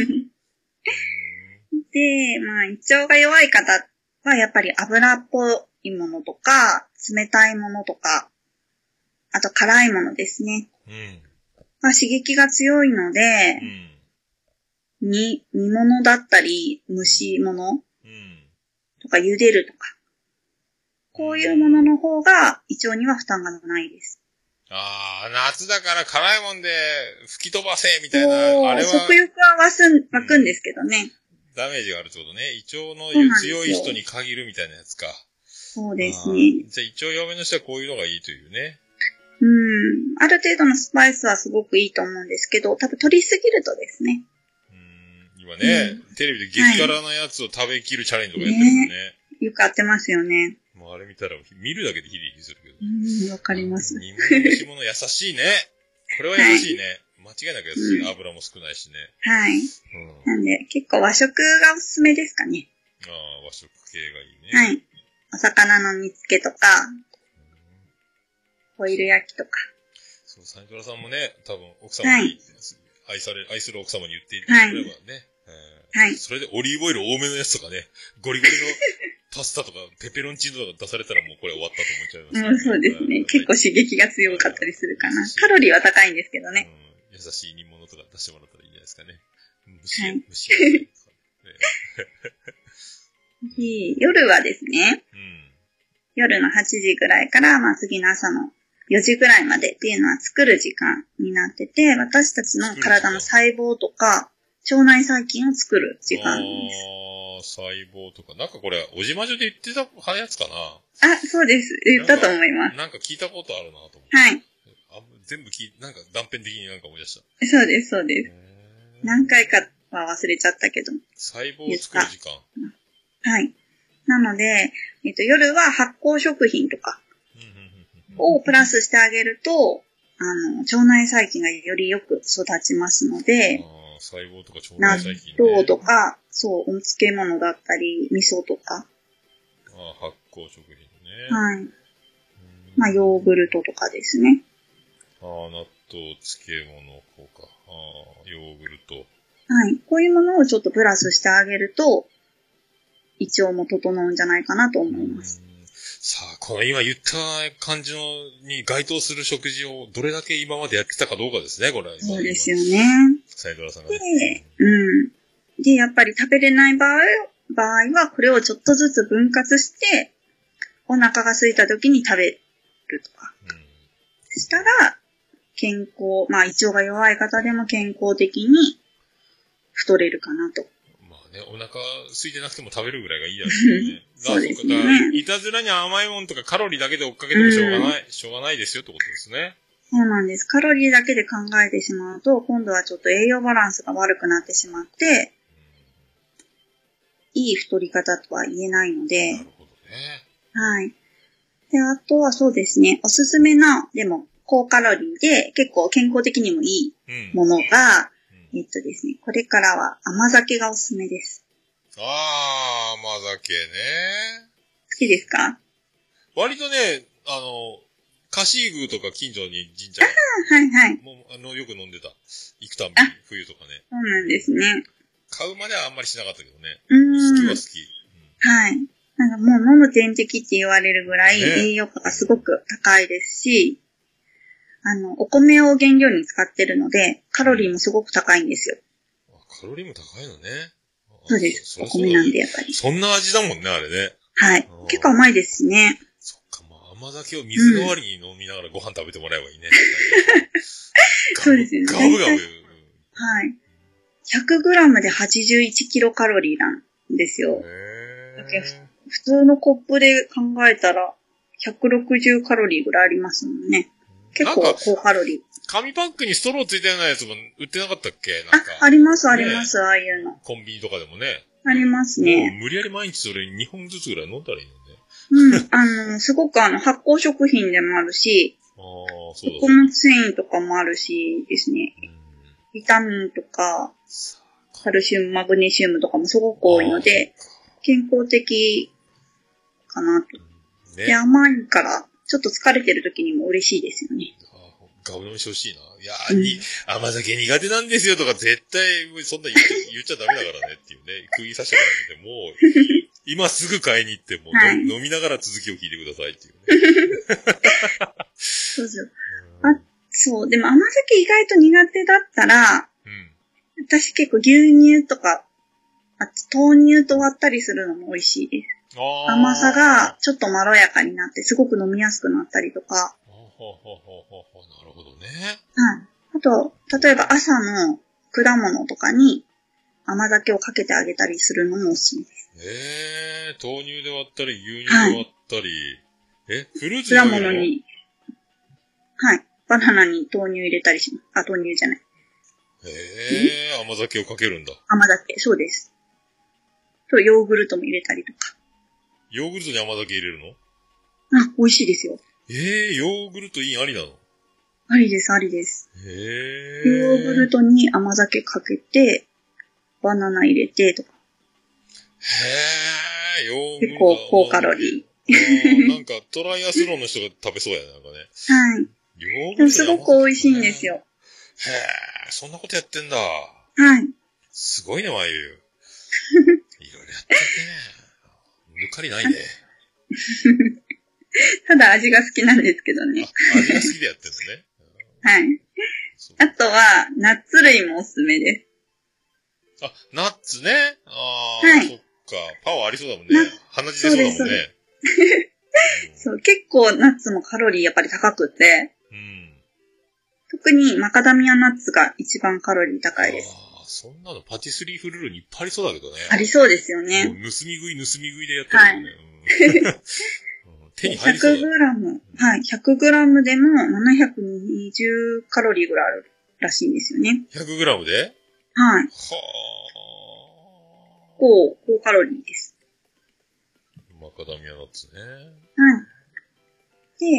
で、胃腸が弱い方はやっぱり油っぽいものとか、冷たいものとか、あと辛いものですね。刺激が強いので、煮物だったり、蒸し物とか茹でるとか、こういうものの方が胃腸には負担がないです。 夏だから辛いもんで吹き飛ばせみたいな、あれは。 食欲は湧くんですけどね。 ダメージがあるってことね。胃腸の強い人に限るみたいなやつか。 そうですね。 じゃあ胃腸弱めの人はこういうのがいいというね。 ある程度のスパイスはすごくいいと思うんですけど、多分取りすぎるとですね。 今ね、テレビで激辛なやつを食べきるチャレンジとかやってるもんね。 よくやってますよね。 もうあれ見たら見るだけでヒリヒリするけど。 わかります。 煮物蒸し物優しいね。これは優しいね。間違いなく優しい。油も少ないしね。 はい。なんで、結構和食がおすすめですかね。 和食系がいいね。 はい。お魚の煮付けとか、ホイル焼きとか。 そう、サニトラさんもね、多分奥様に、愛する奥様に言っていただければね。 はい。 それでオリーブオイル多めのやつとかね、ゴリゴリのパスタとかペペロンチーノとか出されたらもうこれ終わったと思っちゃいます、ね。 もうそうですね。結構刺激が強かったりするかな。カロリーは高いんですけどね。 優しい煮物とか出してもらったらいいんじゃないですかね。虫で、夜はですね、夜の8時ぐらいから、次の朝の4時ぐらいまでっていうのは作る時間になってて、私たちの体の細胞とか、腸内細菌を作る時間です。 細胞とか。なんかこれ、おじまじょで言ってたやつかな？ あ、そうです。言ったと思います。 なんか聞いたことあるなと思って。 はい。 全部なんか断片的になんか思い出した。 そうです、そうです。何回かは忘れちゃったけど。 細胞を作る時間。 はい。なので、夜は発酵食品とかをプラスしてあげると、腸内細菌がよりよく育ちますので、 細胞とか腸内細菌、ね。 納豆とか、そう、お漬物だったり、味噌とか。 発酵食品ね。 はい。ヨーグルトとかですね。 納豆、漬物、こうか。ヨーグルト。 はい。こういうものをちょっとプラスしてあげると、胃腸も整うんじゃないかなと思います。 さあ、この今言った感じに該当する食事をどれだけ今までやってたかどうかですね、これ。 そうですよね。 サイドラさんがね。 で、やっぱり食べれない場合は、これをちょっとずつ分割して、お腹が空いた時に食べるとか。そしたら、健康、胃腸が弱い方でも健康的に太れるかなと。 お腹空いてなくても食べるぐらいがいいやつね。 そうですね。 いたずらに甘いものとかカロリーだけで追っかけてもしょうがないですよってことですね。 そうなんです。カロリーだけで考えてしまうと、今度はちょっと栄養バランスが悪くなってしまって、いい太り方とは言えないので。 なるほどね。 はい。で、あとはそうですね、おすすめな、でも、高カロリーで結構健康的にもいいものが、ですね、これからは甘酒がおすすめです。 甘酒ね。 好きですか？ 割とね、カシーグとか近所に神社はいはい。 もうよく飲んでた。行くたびに、冬とかね。 そうなんですね。 買うまではあんまりしなかったけどね。好きは好き。 はい。なんかもう飲む点滴って言われるぐらい栄養価がすごく高いですし、お米を原料に使ってるので、カロリーもすごく高いんですよ。 カロリーも高いのね。 そうです。お米なんでやっぱり。 そんな味だもんね、あれね。 はい。結構甘いですしね。 そっか、甘酒を水代わりに飲みながらご飯食べてもらえばいいね。 そうですよね。 ガブガブ。 はい。100g で81キロカロリーなんですよ。だけ普通のコップで考えたら160カロリーぐらいありますもんね。結構高カロリー。 紙パックにストローついたようなやつも売ってなかったっけ？ あります、あります、ああいうの。 コンビニとかでもね。 ありますね。 無理やり毎日それ2本ずつぐらい飲んだらいいのね。 すごく発酵食品でもあるし、穀物繊維とかもあるしですね。ビタミンとか、カルシウム、マグネシウムとかもすごく多いので、健康的かなと。で、甘いから、ちょっと疲れてる時にも嬉しいですよね。 ガブ飲みしてほしいな。いやー、甘酒苦手なんですよとか絶対そんな言っちゃダメだからねっていうね。食いさせてからね。もう、今すぐ買いに行っても、飲みながら続きを聞いてくださいっていうね。 そうそう。そう。でも甘酒意外と苦手だったら、私結構牛乳とか、あと豆乳と割ったりするのも美味しいです。甘さがちょっとまろやかになってすごく飲みやすくなったりとか。 なるほどね。 はい。あと、例えば朝の果物とかに甘酒をかけてあげたりするのもおすすめです。 豆乳で割ったり、牛乳で割ったり、フルーツで果物に、はい。バナナに豆乳入れたりします。豆乳じゃない。 甘酒をかけるんだ。 甘酒、そうです。と、ヨーグルトも入れたりとか。 ヨーグルトに甘酒入れるの？ 美味しいですよ。 ヨーグルトいいありなの？ ありです、ありです。ヨーグルトに甘酒かけて、バナナ入れてとか。 ヨーグルト。 結構高カロリー。なんかトライアスロンの人が食べそうやね、なんかね。 はい。でもすごく美味しいんですよ。 そんなことやってんだ。 はい。 すごいね、まゆ。いろいろやってね。抜かりないね。 ただ味が好きなんですけどね。 味が好きでやってるのね。 はい。あとは、ナッツ類もおすすめです。 ナッツね。 はい。 そっか。パワーありそうだもんね。鼻血出そうだもんね。 そう、結構ナッツもカロリーやっぱり高くて、特にマカダミアナッツが一番カロリー高いです。 そんなのパティスリーフルールにいっぱいありそうだけどね。 ありそうですよね。 盗み食いでやってるよね。はい。手に入りそうだ。 100g、はい、100g でも720カロリーぐらいあるらしいんですよね。 100g で？ はい。高カロリーです。 マカダミアナッツね。 はい。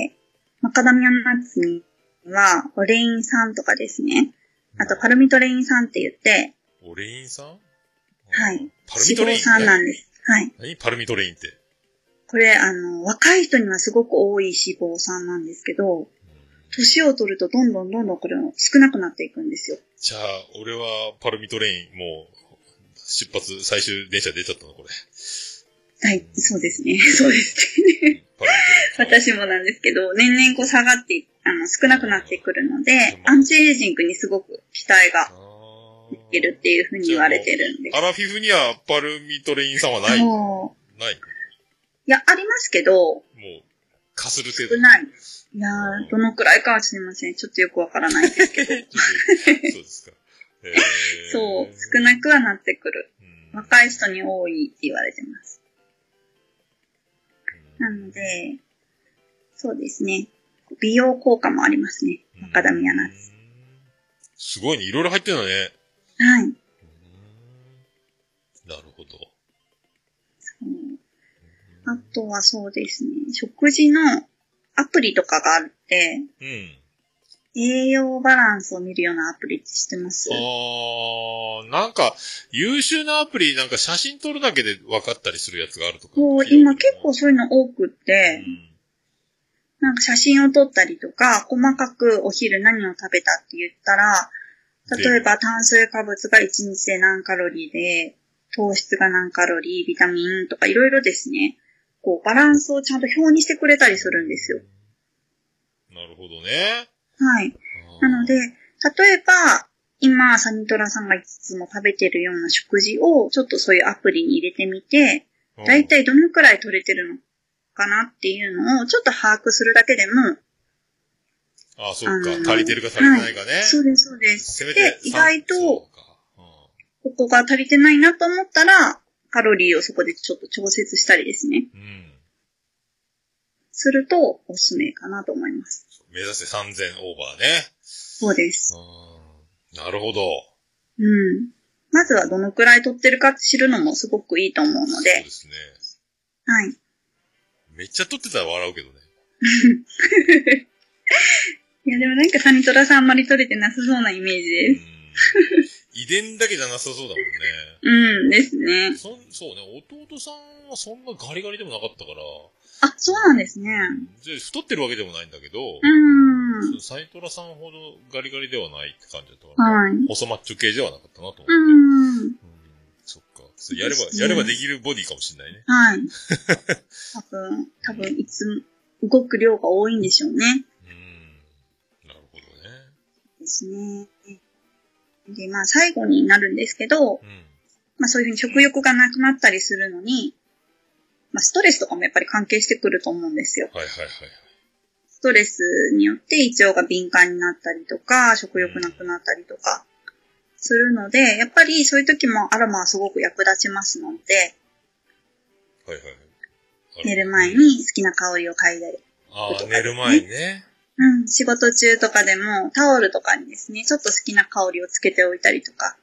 で、マカダミアナッツには、オレイン酸とかですね。あと、パルミトレイン酸って言って、 オレイン酸？ はい。 パルミトレイン、 脂肪酸なんです。はい。 何パルミトレインって。 これ、若い人にはすごく多い脂肪酸なんですけど、年を取るとどんどんこれ少なくなっていくんですよ。 じゃあ、俺はパルミトレイン、もう、最終電車出ちゃったの、これ。 はい、そうですね。そうですね。私もなんですけど、年々こう下がって、少なくなってくるので、アンチエイジングにすごく期待ができるっていうふうに言われてるんです。 アラフィフにはパルミトレイン酸はない？ない。 いや、ありますけど、もう、 かする程度。 少ない。いやー、どのくらいかはすみません。ちょっとよくわからないですけど。そうですか。 そう、少なくはなってくる。若い人に多いって言われてます。なので、そうですね。美容効果もありますね。マカダミアナッツ。 すごいね。いろいろ入ってるのね。 はい。 なるほど。 あとはそうですね。食事のアプリとかがあって、栄養バランスを見るようなアプリって知ってます？ なんか、優秀なアプリ、なんか写真撮るだけで分かったりするやつがあるとか。 今結構そういうの多くって、なんか写真を撮ったりとか、細かくお昼何を食べたって言ったら、例えば炭水化物が1日で何カロリーで、糖質が何カロリー、ビタミンとかいろいろですね、こうバランスをちゃんと表にしてくれたりするんですよ。 なるほどね。 はい。なので、例えば、今、サニトラさんがいつも食べてるような食事を、ちょっとそういうアプリに入れてみて、だいたいどのくらい取れてるのかなっていうのを、ちょっと把握するだけでも、 そっか。足りてるか足りてないかね。 はい、そうです、そうです。 で、 意外と、ここが足りてないなと思ったら、カロリーをそこでちょっと調節したりですね。すると、おすすめかなと思います。 目指せ3000オーバーね。 そうです。 なるほど。 まずはどのくらい取ってるかって知るのもすごくいいと思うので。 そうですね。 はい。 めっちゃ取ってたら笑うけどね。 いや、でもなんかサニトラさんあんまり取れてなさそうなイメージです。 遺伝だけじゃなさそうだもんね。 ですね。 そうね。弟さんはそんなガリガリでもなかったから。 あ、そうなんですね。 太ってるわけでもないんだけど、サイトラさんほどガリガリではないって感じだったから、細マッチョ系ではなかったなと思って。そっか。やればできるボディかもしれないね。 はい。多分、いつも動く量が多いんでしょうね。 なるほどね。 ですね。で、最後になるんですけど、そういうふうに食欲がなくなったりするのに、ストレスとかもやっぱり関係してくると思うんですよ。ストレスによって胃腸が敏感になったりとか、食欲なくなったりとかするので、やっぱりそういう時もアロマはすごく役立ちますので、寝る前に好きな香りを嗅いだり、 寝る前にね。 仕事中とかでもタオルとかにですね、ちょっと好きな香りをつけておいたりとか。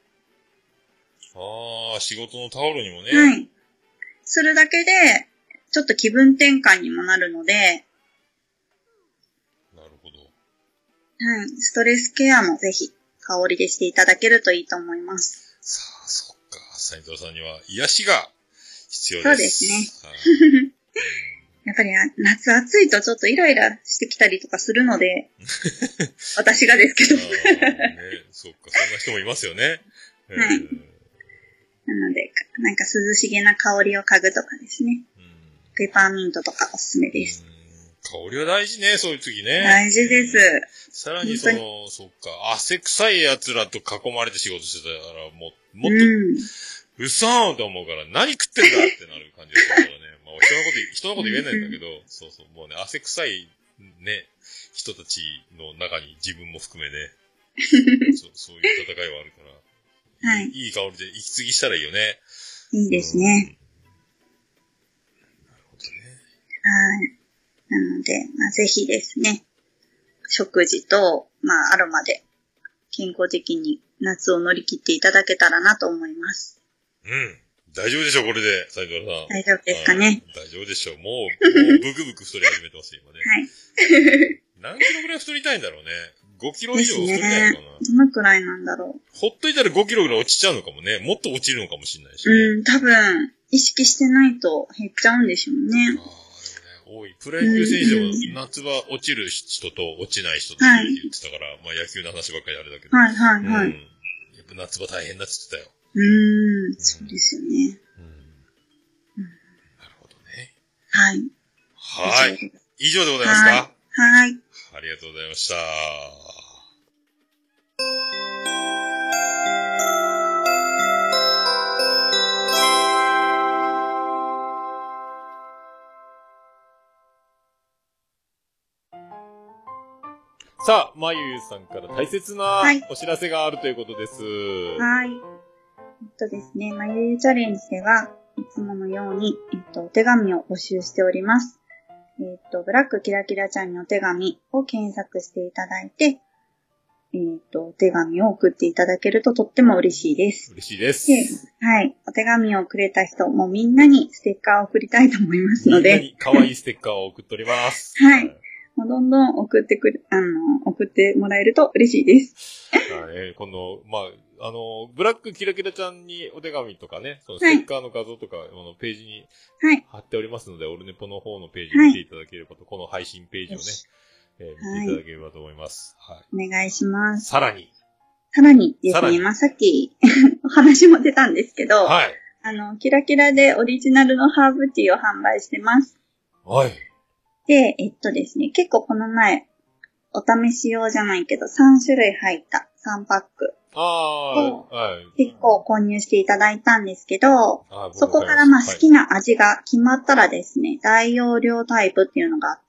仕事のタオルにもね。 はい。するだけで、ちょっと気分転換にもなるので、 なるほど。 ストレスケアもぜひ香りでしていただけるといいと思います。 さあ、そっか。サニトラさんには癒しが必要です。 そうですね。やっぱり夏暑いとちょっとイライラしてきたりとかするので、私がですけど。 そっか。そんな人もいますよね。 なので、なんか涼しげな香りを嗅ぐとかですね。ペーパーミントとかおすすめです。 香りは大事ね、そういう時ね。 大事です。 さらにそっか、汗臭い奴らと囲まれて仕事してたら、もっと、うそーんと思うから、何食ってんだってなる感じですからね。まあ、人のこと言えないんだけど、そうそう、もうね、汗臭いね、人たちの中に自分も含めね、そういう戦いはあるから、はい。いい香りで息継ぎしたらいいよね。 いいですね。 なるほどね。 はい。なので、まあ、ぜひですね、食事と、まあ、アロマで健康的に夏を乗り切っていただけたらなと思います。 大丈夫でしょう、これで、斉藤さん。 大丈夫ですかね。 大丈夫でしょう。もうブクブク太り始めてますよ、今ね。はい。何キロぐらい太りたいんだろうね。5キロ以上太りたいのかな。 どのくらいなんだろう。 ほっといたら5キロぐらい落ちちゃうのかもね。もっと落ちるのかもしれないし、 ね。多分、意識してないと減っちゃうんでしょうね。 多い。プロ野球選手でも夏は落ちる人と落ちない人って言ってたから、まあ野球の話ばっかりあれだけど。はい。やっぱ夏場大変だって言ってたよ。 そうですよね。 なるほどね。 はい。 はい。以上でございますか？ はい。 ありがとうございました。さあ、まゆゆさんから大切なお知らせがあるということです。 はい。ですね、まゆゆチャレンジでは、いつものように、お手紙を募集しております。ブラックキラキラちゃんにお手紙を検索していただいて、お手紙を送っていただけるととっても嬉しいです。 嬉しいです。 はい。お手紙をくれた人、もうみんなにステッカーを送りたいと思いますので。 みんなに可愛いステッカーを送っております。 はい。もうどんどん送ってもらえると嬉しいです。 今度、まあ、ブラックキラキラちゃんにお手紙とかね、そのステッカーの画像とか、ページに貼っておりますので、オルネポの方のページ見ていただければと、この配信ページをね、見ていただければと思います。はい。 お願いします。 さらにですね、まあ、さっきお話も出たんですけど、はい。キラキラでオリジナルのハーブティーを販売してます。 はい。 で、ですね、結構この前、お試し用じゃないけど、3種類入った3パックを結構購入していただいたんですけど、そこからまあ好きな味が決まったらですね、大容量タイプっていうのがあって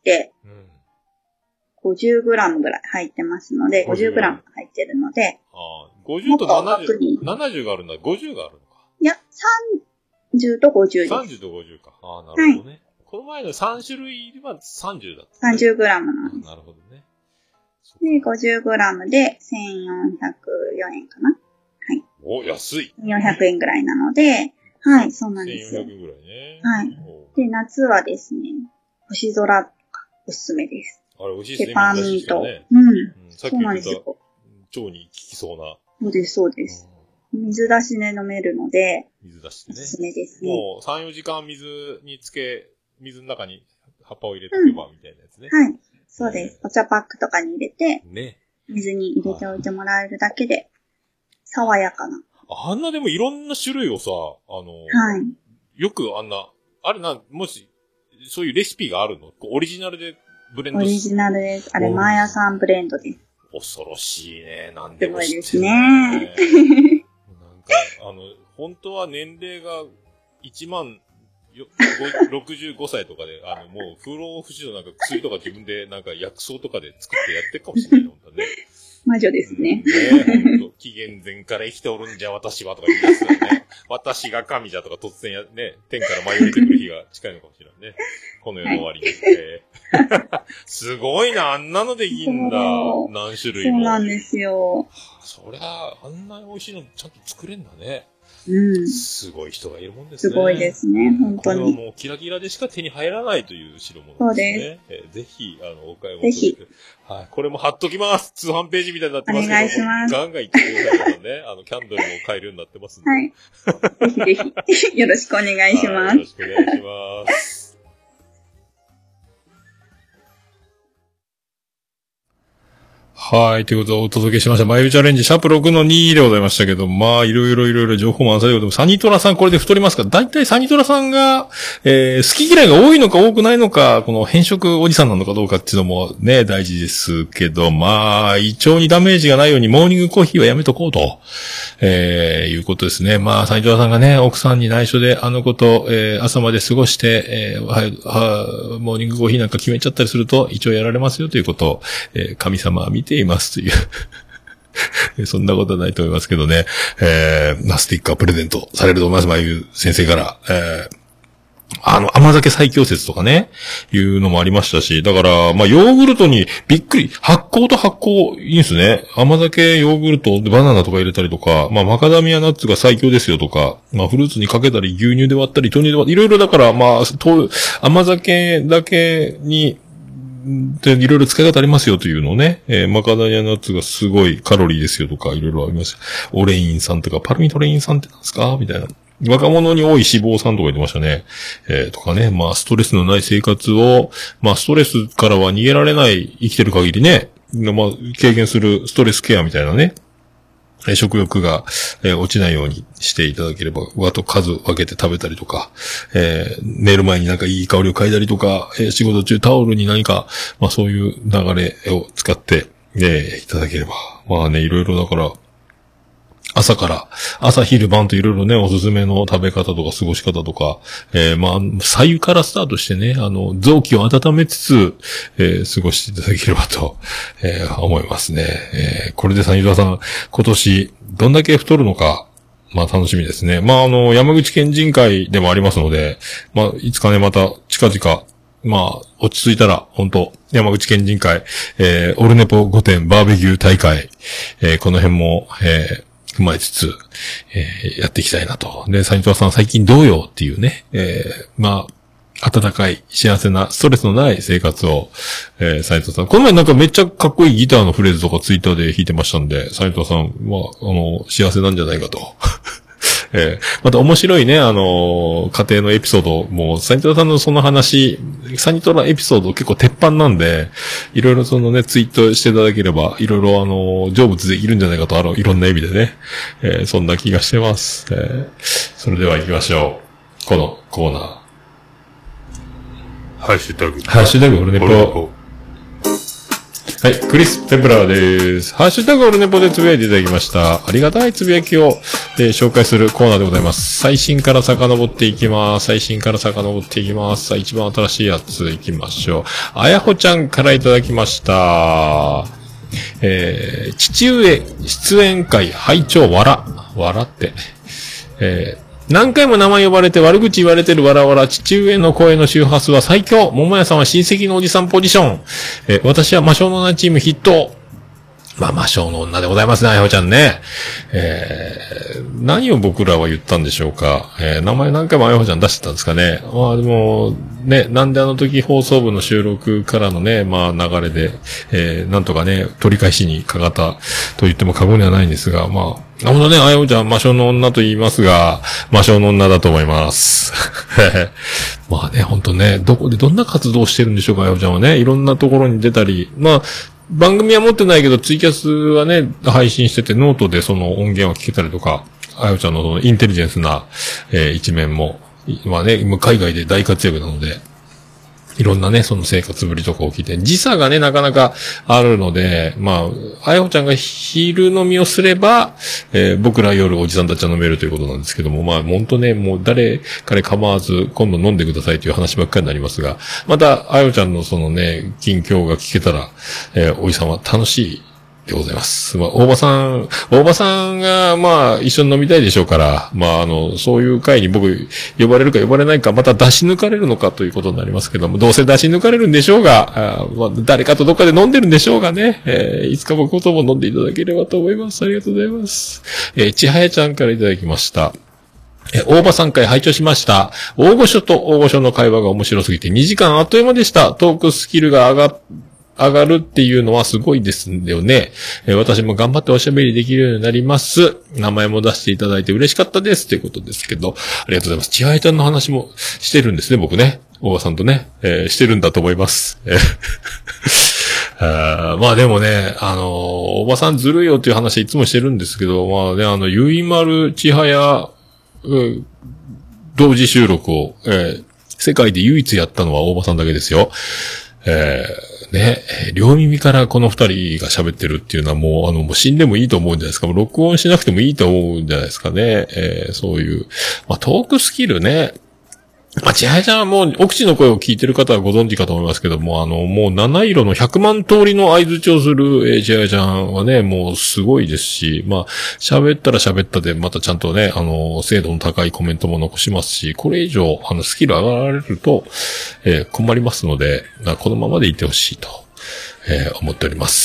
、50g ぐらい入ってますので、50g 入ってるので、 50と70があるんだ。50があるのか。 いや、30と50です。 30と50か。なるほどね。はい、この前の3種類は30だった、 ね。30g なんです。 なるほどね。 で、50g で1404円かな。はい。 お、安い。 400円ぐらいなので、はい、そうなんですよ。 1400円ぐらいね。 はい。で、夏はですね、星空とかおすすめです。 あれ、美味しいですね。 ペパーミント。 さっき言った腸に効きそうな。 そうです、そうです。水出しで飲めるので、 水出してね。 おすすめですね。 もう3、4時間水の中に葉っぱを入れておけばみたいなやつね。 はい。そうです。お茶パックとかに入れて、水に入れておいてもらえるだけで、爽やかな。 あんなでもいろんな種類をさ、よくもし、そういうレシピがあるの？オリジナルでブレンドオリジナルです。あれ、マーヤさんブレンドです。 恐ろしいね。なんでも知ってるね。 すごいですね。 なんか、本当は年齢が1万65歳とかで、もう、不老不死のなんか薬とか自分でなんか薬草とかで作ってやってるかもしれないのだね。 魔女ですね。 紀元前から生きておるんじゃ私はとか言いますよね。私が神じゃとか突然天から舞い降りてくる日が近いのかもしれないね。この世の終わりに。すごいな、あんなのできんだ。何種類も。 そうなんですよ。 そりゃ、あんな美味しいのちゃんと作れんだね。すごい人がいるもんですね。 すごいですね、本当に。 これはもうキラキラでしか手に入らないという代物ですね。そうです。ぜひ、お買い物して。ぜひ。はい。これも貼っときます。通販ページみたいになってますけど。お願いします。ガンガン行ってくださいね。キャンドルも買えるようになってますんで。 はい。ぜひぜひ。よろしくお願いします。よろしくお願いします。 はい。ということでお届けしました。マイルチャレンジ、シャープ6の2でございましたけど、まあ、いろいろ情報満載でございます。サニトラさんこれで太りますか？大体サニトラさんが、好き嫌いが多いのか多くないのか、この変色おじさんなのかどうかっていうのもね、大事ですけど、まあ、胃腸にダメージがないようにモーニングコーヒーはやめとこうと、いうことですね。まあ、サニトラさんがね、奥さんに内緒でこと、朝まで過ごして、モーニングコーヒーなんか決めちゃったりすると、胃腸やられますよということを、神様は見ていますというそんなことはないと思いますけどね、スティッカープレゼントされると思います。まゆ先生から、甘酒最強説とかね、いうのもありましたし、だから、まあ、ヨーグルトにびっくり、発酵いいんですね。甘酒、ヨーグルト、バナナとか入れたりとか、まあ、マカダミアナッツが最強ですよとか、まあ、フルーツにかけたり、牛乳で割ったり、豆乳で割ったり、いろいろだから、まあ、甘酒だけに、で、いろいろ使い方ありますよというのをね、マカダミアナッツがすごいカロリーですよとか、いろいろあります。オレイン酸とか、パルミトレイン酸ってなんですかみたいな。若者に多い脂肪酸とか言ってましたね。とかね、まあ、ストレスのない生活を、まあ、ストレスからは逃げられない、生きてる限りね、まあ、軽減するストレスケアみたいなね、食欲が、落ちないようにしていただければ、数分けて食べたりとか、寝る前になんかいい香りを嗅いだりとか、仕事中タオルに何か、まあそういう流れを使って、いただければ。まあね、いろいろだから、朝昼晩といろいろね、おすすめの食べ方とか過ごし方とか、まあ、左右からスタートしてね、臓器を温めつつ、過ごしていただければと、思いますね。これでサニトラさん、今年、どんだけ太るのか、まあ楽しみですね。まあ山口県人会でもありますので、まあ、いつかね、また近々、まあ、落ち着いたら、本当山口県人会、オルネポ5点バーベキュー大会、この辺も、踏まえつつ、やっていきたいなと。で、サニトラさん最近どうよっていうね、まあ、温かい、幸せな、ストレスのない生活を、サニトラさん。この前なんかめっちゃかっこいいギターのフレーズとかツイッターで弾いてましたんで、サニトラさんは、幸せなんじゃないかと。また面白いね、家庭のエピソード、もう、サニトラさんのその話、サニトラエピソード結構鉄板なんで、いろいろそのね、ツイートしていただければ、いろいろ成仏できるんじゃないかと、いろんな意味でね、そんな気がしてます。それでは行きましょう。このコーナー。 ハッシュタグ。 オルネポ。はい、クリス・ペプラーです。ハッシュタグオルネポでつぶやいていただきました。ありがたいつぶやきを、紹介するコーナーでございます。最新から遡っていきます。さあ、一番新しいやついきましょう。あやほちゃんからいただきました。父上出演会拝聴笑って。何回も名前呼ばれて悪口言われてるわらわら、父上の声の周波数は最強。桃屋さんは親戚のおじさんポジション。私は魔性の女チーム筆頭。まあ、魔性の女でございますね、あやほちゃんね。何を僕らは言ったんでしょうか。名前何回もあやほちゃん出してたんですかね。まあでも、ね、なんであの時放送部の収録からのね、まあ流れで、なんとかね、取り返しにかかったと言っても過言ではないんですが、まあ、ほんとね、あやほちゃん魔性の女と言いますが、魔性の女だと思います。まあね、ほんとね、どこでどんな活動をしてるんでしょうか、あやほちゃんはね。いろんなところに出たり、まあ、番組は持ってないけど、ツイキャスはね、配信してて、ノートでその音源を聞けたりとか、あやちゃんのそのインテリジェンスな、一面も、まあね、今海外で大活躍なので、いろんなね、その生活ぶりとかを聞いて、時差がね、なかなかあるので、まあ、あやほちゃんが昼飲みをすれば、僕ら夜おじさんたちは飲めるということなんですけども、まあ、ほんとね、もう誰彼構わず、今度飲んでくださいという話ばっかりになりますが、また、あやほちゃんのそのね、近況が聞けたら、おじさんは楽しいでございます。まあ、大場さんが、まあ、一緒に飲みたいでしょうから、まあ、そういう会に僕、呼ばれるか呼ばれないか、また出し抜かれるのかということになりますけども、どうせ出し抜かれるんでしょうが、まあ、誰かとどっかで飲んでるんでしょうがね、いつか僕とも飲んでいただければと思います。ありがとうございます。ちはやちゃんからいただきました。大場さん回拝聴しました。大御所と大御所の会話が面白すぎて2時間あっという間でした。トークスキルが上がるっていうのはすごいですよね。私も頑張っておしゃべりできるようになります。名前も出していただいて嬉しかったです。ということですけど、ありがとうございます。ちはやちゃんの話もしてるんですね、僕ね。大場さんとね、してるんだと思います。 まあでもね、おばさんずるいよっていう話いつもしてるんですけど、まあね、ゆいまるちはや、同時収録を、世界で唯一やったのは大場さんだけですよ。ね、両耳からこの二人が喋ってるっていうのはもう、もう死んでもいいと思うんじゃないですか。録音しなくてもいいと思うんじゃないですかね。そういう、まあ、トークスキルね。まあ、ちはやちゃんはもう、奥地の声を聞いてる方はご存知かと思いますけども、もう七色の100万通りの合図をする、ちはやちゃんはね、もうすごいですし、まあ、喋ったら喋ったで、またちゃんとね、精度の高いコメントも残しますし、これ以上、スキル上がられると、困りますので、このままでいてほしいと、思っております。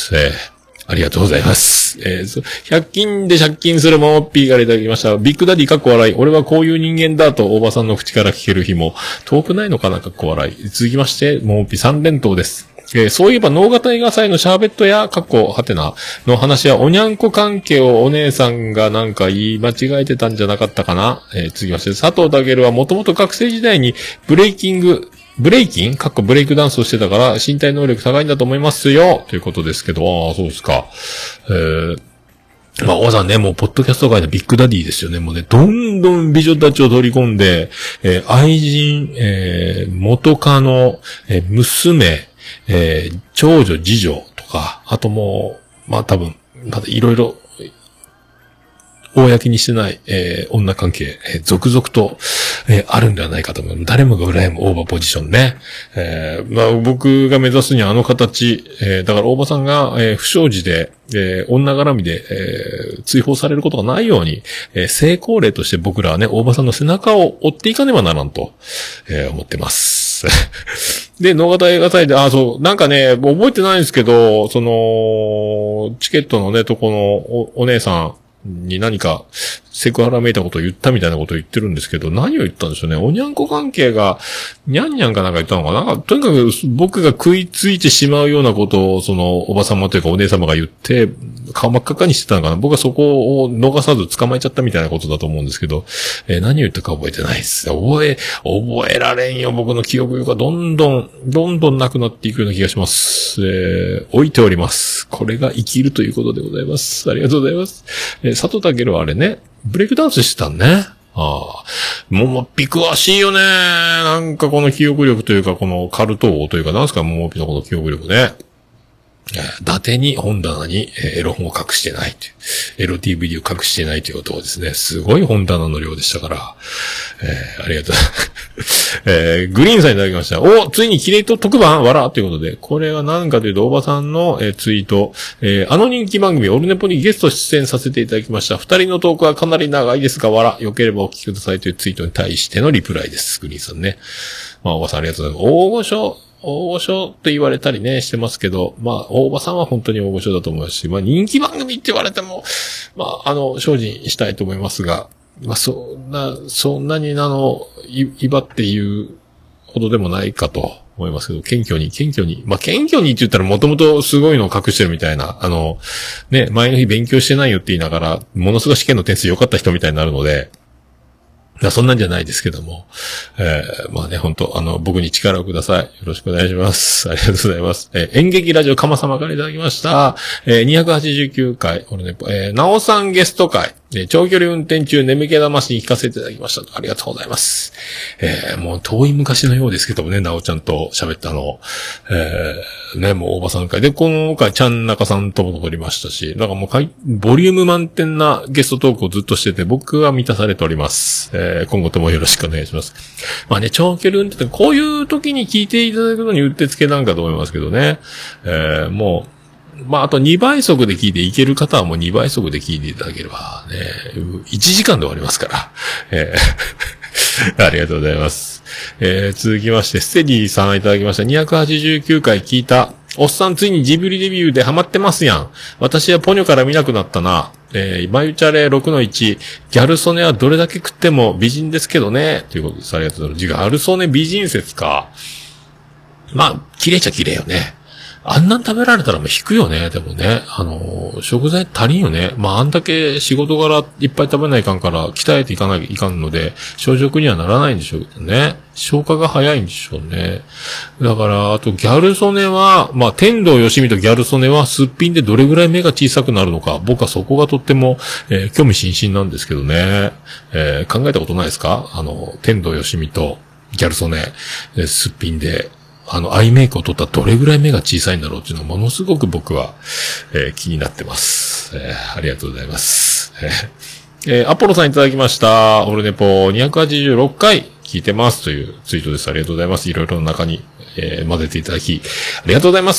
ありがとうございます。100均で借金するもっぴーからいただきました。ビッグダディかっこ笑い。俺はこういう人間だとおばさんの口から聞ける日も遠くないのかなかっこ笑い。続きまして、もっぴ3連投です。そういえば脳型映画祭のシャーベットやかっこはてなの話はおにゃんこ関係をお姉さんがなんか言い間違えてたんじゃなかったかな。続きまして、佐藤健はもともと学生時代にブレイキンブレイクダンスをしてたから身体能力高いんだと思いますよということですけど、そうですか。まあ、おばさんね、もうポッドキャスト界のビッグダディですよね。もうね、どんどん美女たちを取り込んで、愛人、元カノ、娘、長女、次女とか、あともう、まあ多分、まだいろいろ、公にしてない、女関係、続々と、あるんではないかと思う。誰もが羨むオーバーポジションね。まあ僕が目指すにはあの形、だから大場さんが、不祥事で、女絡みで、追放されることがないように、成功例として僕らはね、大場さんの背中を追っていかねばならんと、思ってます。で、野方映画祭で、そう、なんかね、覚えてないんですけど、その、チケットのね、とこのお姉さん、に何かセクハラめいたことを言ったみたいなことを言ってるんですけど、何を言ったんでしょうね。おにゃんこ関係が、にゃんにゃんかなんか言ったのかな。なんか、とにかく僕が食いついてしまうようなことを、その、おばさまというかお姉様が言って、顔真っ赤っかにしてたのかな。僕はそこを逃さず捕まえちゃったみたいなことだと思うんですけど、何を言ったか覚えてないです。覚えられんよ。僕の記憶がどんどんなくなっていくような気がします。置いております。これが生きるということでございます。ありがとうございます。佐藤健はあれね、ブレイクダンスしてたんね。もうピ詳しいよね。なんかこの記憶力というか、このカルト王というか、なんすか、もうピのこの記憶力ね。伊達に本棚にエロ本を隠してないという。エロ DVD を隠してないという男ですね。すごい本棚の量でしたから。ありがとう。グリーンさんいただきました。ついにキレイト特番わらということで。これは何かというと、おばさんの、ツイート。人気番組オルネポにゲスト出演させていただきました。二人のトークはかなり長いですが、わら。よければお聞きくださいというツイートに対してのリプライです。グリーンさんね。まあ、おばさんありがとうございます。大御所と言われたりね、してますけど、まあ、大場さんは本当に大御所だと思いますし、まあ、人気番組って言われても、まあ、精進したいと思いますが、まあ、そんなに威張って言うほどでもないかと思いますけど、謙虚に、まあ、謙虚にって言ったらもともとすごいのを隠してるみたいな、ね、前の日勉強してないよって言いながら、ものすごい試験の点数良かった人みたいになるので、そんなんじゃないですけども。まあね、本当僕に力をください。よろしくお願いします。ありがとうございます。演劇ラジオかま様からいただきました。289回、これね、なおさんゲスト会。長距離運転中眠気覚ましに聞かせていただきました。ありがとうございます。もう遠い昔のようですけどもね、なおちゃんと喋ったの。ね、もうおばさん会で、この回、ちゃんなかさんとも撮りましたし、なんかもうボリューム満点なゲストトークをずっとしてて、僕は満たされております。今後ともよろしくお願いします。まあね、長距離運転ってこういう時に聞いていただくのにうってつけなんかと思いますけどね。もう、まあ、あと2倍速で聞いていける方はもう2倍速で聞いていただければね、1時間で終わりますから。ありがとうございます。続きまして、ステディさんいただきました。289回聞いた。おっさんついにジブリデビューでハマってますやん。私はポニョから見なくなったな。マユチャレ 6-1。ギャル曽根はどれだけ食っても美人ですけどね。ということです。ありがとうございます。ギャル曽根美人説か。まあ、綺麗っちゃ綺麗よね。あんなん食べられたらもう引くよね。でもね、 食材足りんよね。まあ、あんだけ仕事柄いっぱい食べないかんから、鍛えていかないかんので、小食にはならないんでしょうけどね。消化が早いんでしょうね。だから、あと、ギャル曽根は、まあ、天童よしみとギャル曽根は、すっぴんでどれぐらい目が小さくなるのか、僕はそこがとっても、興味津々なんですけどね。考えたことないですか？天童よしみとギャル曽根、すっぴんで、アイメイクを取ったらどれぐらい目が小さいんだろうっていうのがものすごく僕は、気になってます。ありがとうございます。アポロさんいただきました。オルネポ286回聞いてますというツイートです。ありがとうございます。いろいろな中に、混ぜていただき、ありがとうございます。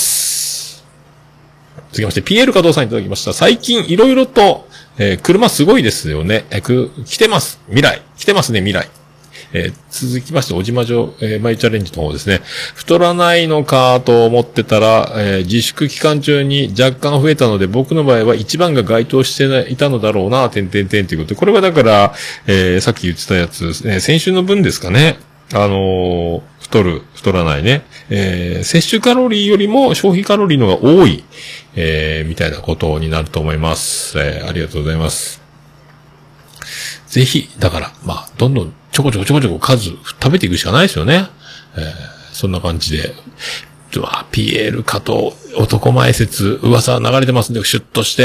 続きまして、PL 加藤さんいただきました。最近いろいろと、車すごいですよね。来てます。未来。来てますね、未来。続きまして、おじまじょ、マイチャレンジの方ですね。太らないのかと思ってたら、自粛期間中に若干増えたので、僕の場合は一番が該当していたのだろうな、ということで、これはだから、さっき言ってたやつ、先週の分ですかね。太らないね。摂取カロリーよりも消費カロリーのが多い、みたいなことになると思います。ありがとうございます。ぜひ、だから、まあ、どんどんちょこちょこ数食べていくしかないですよね。そんな感じで。PL 加藤男前説、噂流れてますんで、シュッとして、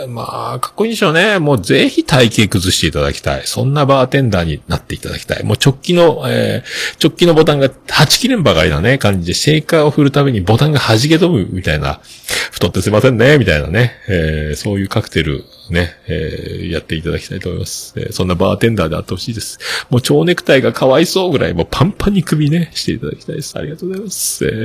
まあ、かっこいいんでしょうね。もうぜひ体型崩していただきたい。そんなバーテンダーになっていただきたい。もう直帰のボタンが弾きれんばかりなね、感じで、シェイカーを振るためにボタンが弾け飛ぶみたいな、太ってすいませんね、みたいなね、そういうカクテル、ね、やっていただきたいと思います。そんなバーテンダーであってほしいです。もう蝶ネクタイがかわいそうぐらい、もうパンパンに首ね、していただきたいです。ありがとうございます。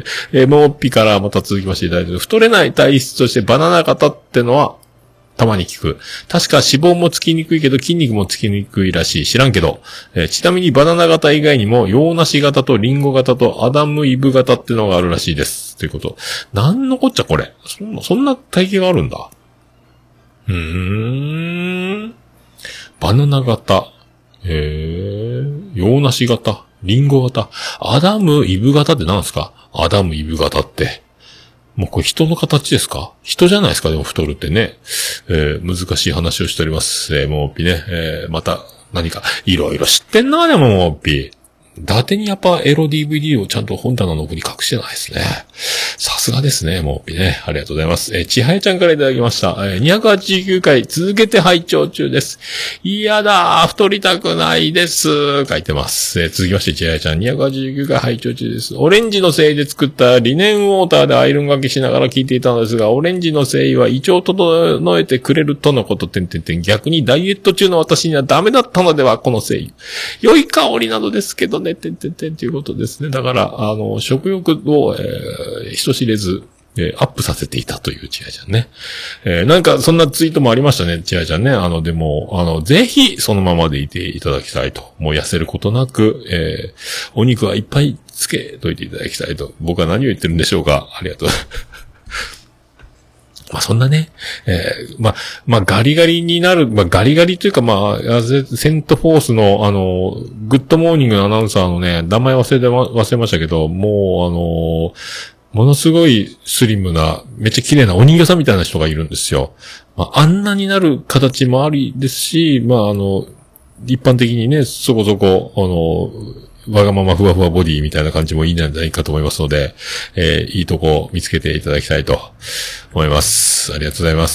もうピからまた続きましていただいて、太れない体質としてバナナ型ってのは、たまに聞く。確か脂肪もつきにくいけど筋肉もつきにくいらしい。知らんけど。ちなみにバナナ型以外にも、洋梨型とリンゴ型とアダムイブ型ってのがあるらしいです。ということ。なんのこっちゃこれ。そんな体型があるんだ。バナナ型。洋梨型。リンゴ型。アダムイブ型って何ですか？アダムイブ型って。もうこれ人の形ですか？人じゃないですか？でも太るってね。難しい話をしております。もうピね。また何かいろいろ知ってんな、でももうピ。伊達にやっぱエロ DVD をちゃんと本棚の奥に隠してないですね。さすがですね、もうね。ありがとうございます。ちはやちゃんからいただきました。289回続けて拝聴中です。嫌だー、太りたくないです。書いてます。続きまして、ちはやちゃん289回拝聴中です。オレンジの精油で作ったリネンウォーターでアイロンがけしながら聞いていたのですが、オレンジの精油は胃腸を整えてくれるとのこと、逆にダイエット中の私にはダメだったのでは、この精油。良い香りなどですけどね、ということですね。だから、食欲を、人知れず、アップさせていたというちはやちゃんね。なんか、そんなツイートもありましたね、ちはやちゃんね。でも、ぜひ、そのままでいていただきたいと。もう痩せることなく、お肉はいっぱいつけといていただきたいと。僕は何を言ってるんでしょうか。ありがとう。まあ、そんなね、まあ、ガリガリになる、まあ、ガリガリというか、まあ、セントフォースの、グッドモーニングのアナウンサーのね、名前忘れましたけど、もう、ものすごいスリムな、めっちゃ綺麗なお人形さんみたいな人がいるんですよ。まあ、あんなになる形もありですし、まあ、一般的にね、そこそこ、わがままふわふわボディみたいな感じもいいんじゃないかと思いますので、いいとこ見つけていただきたいと思います。ありがとうございます。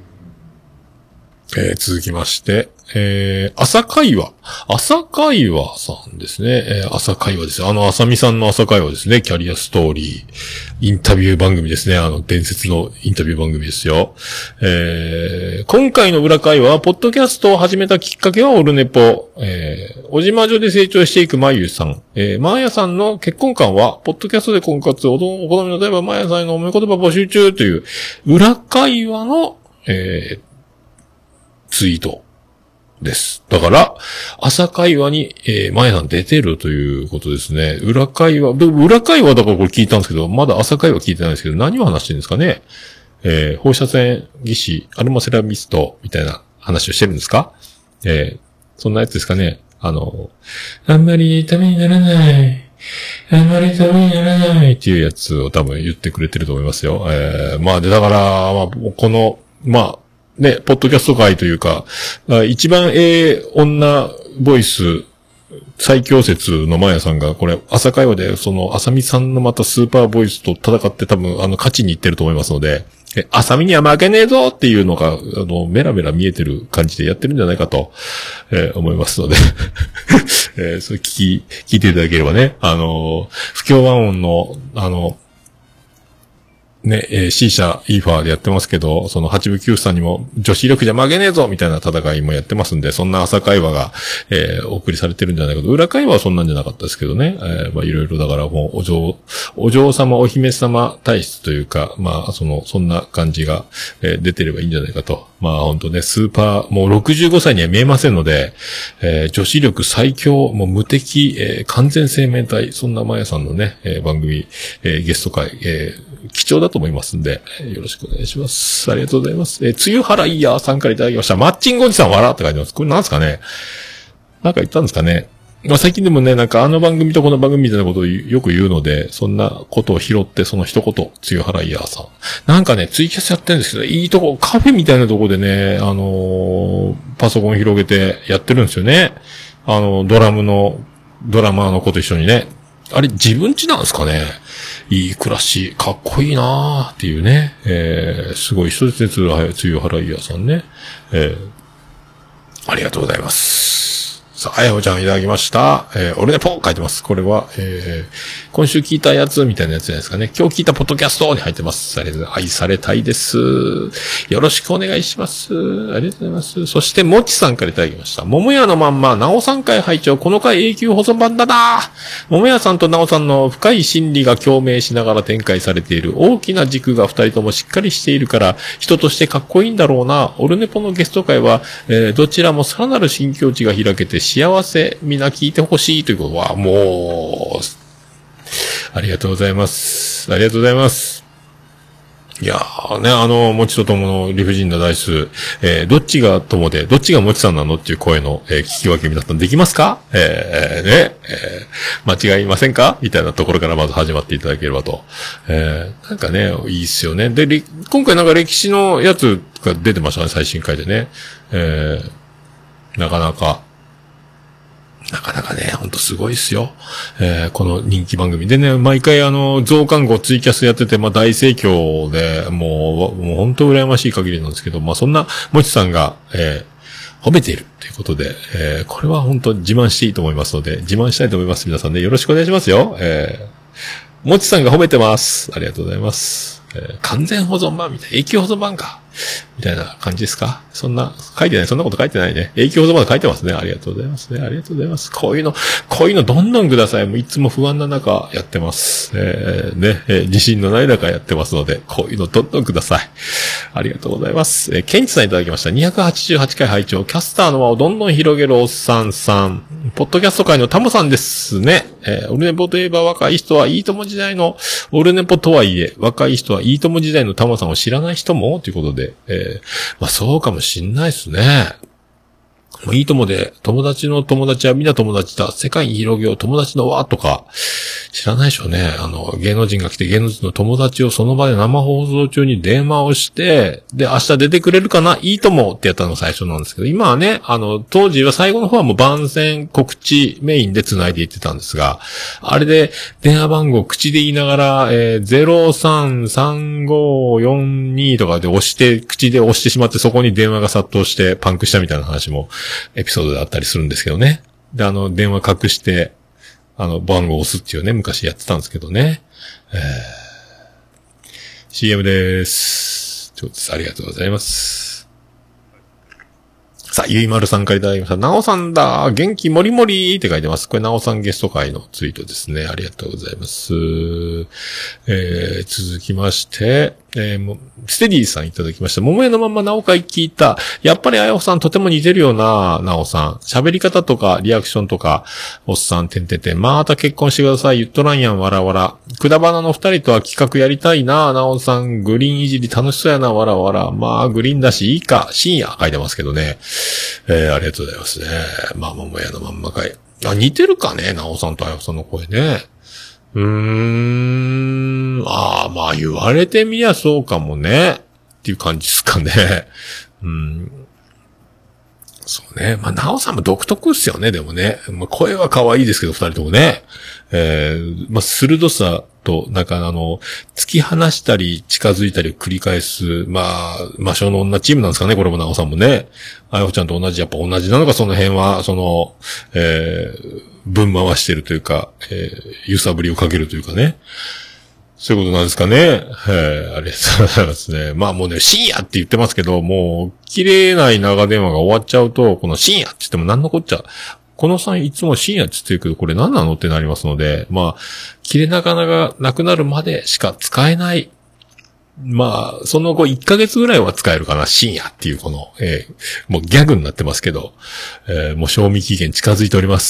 続きまして、朝会話さんですね。朝会話ですよ。浅見さんの朝会話ですね。キャリアストーリー。インタビュー番組ですね。伝説のインタビュー番組ですよ。今回の裏会話は、ポッドキャストを始めたきっかけはオルネポ。おじまじょで成長していくまゆさん。まーやさんの結婚観は、ポッドキャストで婚活、お好みの例えばまーやさんへのおめ言葉募集中という、裏会話の、ツイートです。だから、朝会話に、まやさん出てるということですね。裏会話だからこれ聞いたんですけど、まだ朝会話聞いてないんですけど、何を話してるんですかね。放射線技師、アルマセラミスト、みたいな話をしてるんですか。そんなやつですかね。あんまりためにならない。 あまりためにならないっていうやつを多分言ってくれてると思いますよ。まあで、だから、まあ、この、まあ、ね、ポッドキャスト界というか、一番女ボイス、最強説のマヤさんが、これ、朝会話で、その、浅見さんのまたスーパーボイスと戦って多分、勝ちに行ってると思いますので、浅見には負けねえぞっていうのが、メラメラ見えてる感じでやってるんじゃないかと、思いますので、それ聞いていただければね、不協和音の、ね、C 社、イーファーでやってますけど、その8部9さんにも女子力じゃ負けねえぞみたいな戦いもやってますんで、そんな朝会話が、お送りされてるんじゃないかと。裏会話はそんなんじゃなかったですけどね。まあいろいろだからもうお嬢様、お姫様体質というか、まあそんな感じが、出てればいいんじゃないかと。まあ本当ね、スーパー、もう65歳には見えませんので、女子力最強、もう無敵、完全生命体、そんなマヤさんのね、番組、ゲスト会、貴重だと思いますんで、よろしくお願いします。ありがとうございます。つゆはらいやーさんからいただきました。マッチングおじさん笑って書いてます。これなんですかね？なんか言ったんですかね？まあ、最近でもね、なんかあの番組とこの番組みたいなことをよく言うので、そんなことを拾ってその一言、つゆはらいやーさん。なんかね、ツイキャスやってるんですけど、いいとこ、カフェみたいなとこでね、パソコン広げてやってるんですよね。ドラマーの子と一緒にね。あれ、自分家なんですかね？いい暮らし、かっこいいなーっていうね。すごい人ですね、つゆはらいやさんね。ありがとうございます。さあ、あやほちゃんいただきました。俺ね、ポン書いてます。これは、今週聞いたやつみたいなやつじゃないですかね。今日聞いたポッドキャストに入ってます。愛されたいです。よろしくお願いします。ありがとうございます。そして、もちさんからいただきました。桃屋のまんま、なおさん会拝聴この回永久保存版だな。桃屋さんとなおさんの深い心理が共鳴しながら展開されている大きな軸が二人ともしっかりしているから、人としてかっこいいんだろうな。オルネポのゲスト会は、どちらもさらなる新境地が開けて幸せ、みんな聞いてほしいということは、もう、ありがとうございます。ありがとうございます。いやーね、もちとともの理不尽なダイス、どっちが友で、どっちがもちさんなのっていう声の、聞き分け皆さんできますか？間違いませんか？みたいなところからまず始まっていただければと。なんかね、いいっすよね。で、今回なんか歴史のやつが出てましたね、最新回でね。なかなかね、ほんとすごいっすよ。この人気番組でね、毎回増刊号ツイキャスやってて、まあ大盛況で、もうほんと羨ましい限りなんですけど、まあそんな、もちさんが、褒めているということで、これは本当自慢していいと思いますので、自慢したいと思います。皆さんね、よろしくお願いしますよ。もちさんが褒めてます。ありがとうございます。完全保存版みたいな、永久保存版か。みたいな感じですか？そんな、書いてない、そんなこと書いてないね。永久保存版書いてますね。ありがとうございますね。ありがとうございます。こういうのどんどんください。もういつも不安な中やってます。自信のない中やってますので、こういうのどんどんください。ありがとうございます。ケンチさんいただきました。288回拝聴キャスターの輪をどんどん広げるおっさんさん。ポッドキャスト界のタモさんですね。オルネポといえば若い人はいいとも時代の、オルネポとはいえ、若い人はいいとも時代のタモさんを知らない人もということで、まあそうかもしんないですね。もういいともで、友達の友達はみんな友達だ。世界に広げよう友達の輪とか、知らないでしょうね。芸能人が来て芸能人の友達をその場で生放送中に電話をして、で、明日出てくれるかないいともってやったのが最初なんですけど、今はね、当時は最後の方はもう番宣告知メインで繋いでいってたんですが、あれで電話番号口で言いながら、033542とかで口で押してしまってそこに電話が殺到してパンクしたみたいな話もエピソードであったりするんですけどね。で、電話隠して、番号を押すっていうね、昔やってたんですけどね。CM でーす。ありがとうございます。さあ、ゆいまるさんからいただきました。なおさんだ元気もりもりって書いてます。これなおさんゲスト会のツイートですね。ありがとうございます。続きまして、ステディさんいただきました。桃屋のまんまなお会聞いた。やっぱりあやほさんとても似てるよな、なおさん。喋り方とかリアクションとか、おっさんてんてんてん。また結婚してください。言っとらんやん、わらわら。くだばなの二人とは企画やりたいな、なおさん。グリーンいじり楽しそうやな、わらわら。まあ、グリーンだし、いいか。深夜書いてますけどね。ありがとうございますね。まあ、桃屋のまんま会。似てるかね、なおさんとあやほさんの声ね。 まあ言われてみりゃそうかもね。っていう感じですかね。そうね。まあ、なおさんも独特っすよね、でもね。まあ、声は可愛いですけど、二人ともね。まあ、鋭さと、なんか突き放したり、近づいたりを繰り返す、まあ、魔性の女チームなんですかね、これもなおさんもね。あやほちゃんと同じ、やっぱ同じなのか、その辺は、分回してるというか、揺さぶりをかけるというかね。そういうことなんですかね。ありがとうございますね。まあもうね、深夜って言ってますけど、もう、切れない長電話が終わっちゃうと、この深夜って言っても何のこっちゃ、このさんいつも深夜って言ってるけど、これ何なのってなりますので、まあ、切れ長がなくなるまでしか使えない。まあ、その後1ヶ月ぐらいは使えるかな、深夜っていうこの、もうギャグになってますけど、もう賞味期限近づいております。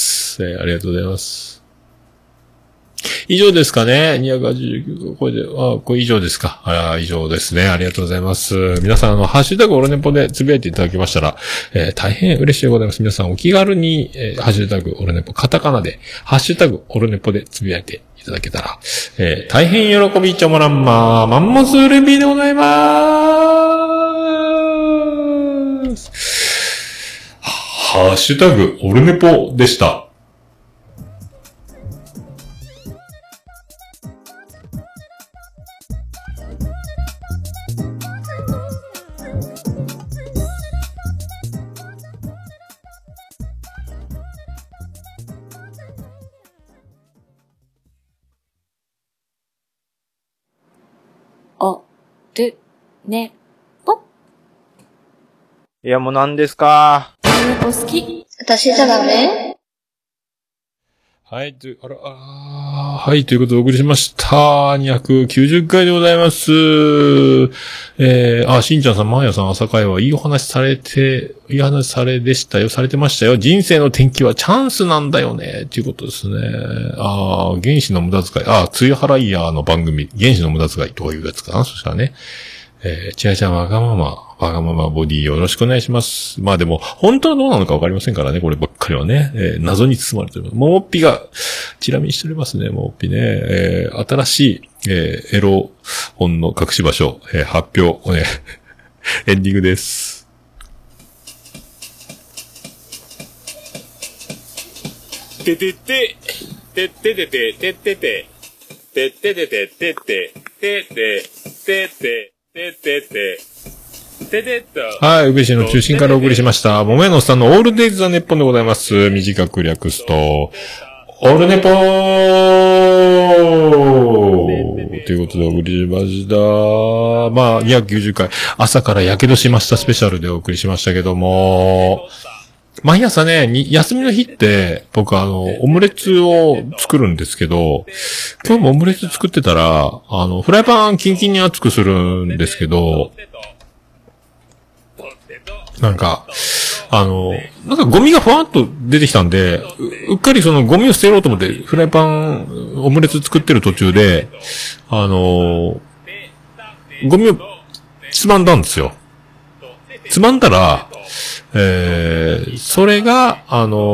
ありがとうございます。以上ですかね。289、これで、これ以上ですか。以上ですね。ありがとうございます。皆さん、ハッシュタグオルネポでつぶやいていただきましたら、大変嬉しいございます。皆さん、お気軽に、ハッシュタグオルネポ、カタカナで、ハッシュタグオルネポでつぶやいていただけたら、大変喜びちょもらんまー、マンモスレビーでございまーす。ハッシュタグオルネポでした。 ね、ぽっ。 いや、もう何ですか？ 好き。 私じゃダメ？ はい、ということでお送りしました。290回でございます。しんちゃんさん、まーやさん、朝会はいいお話されてましたよ。人生の転機はチャンスなんだよね。っていうことですね。原子の無駄遣い。ツイハライヤーの番組、原子の無駄遣いというやつかな。そしたらね。ちあちゃんわがままボディよろしくお願いします。まあでも、本当はどうなのかわかりませんからね、こればっかりはね。謎に包まれております。ももっぴが、チラ見しておりますね、ももっぴね。新しい、エロ本の隠し場所、発表、エンディングです。 ててて、てててて、ててて、てててて、ててて、ててて、 はい、宇部市の中心からお送りしました。桃屋のおっさんのオールデイズ・ザ・ネッポンでございます。短く略すと、オールネポーということでお送りしました。まあ、290回、朝から火傷しましたスペシャルでお送りしましたけども、毎朝ね、休みの日って、僕オムレツを作るんですけど、今日もオムレツ作ってたら、フライパンキンキンに熱くするんですけど、なんかゴミがふわっと出てきたんで、うっかりそのゴミを捨てようと思って、フライパン、オムレツ作ってる途中で、ゴミをつまんだんですよ。つまんだら、それが、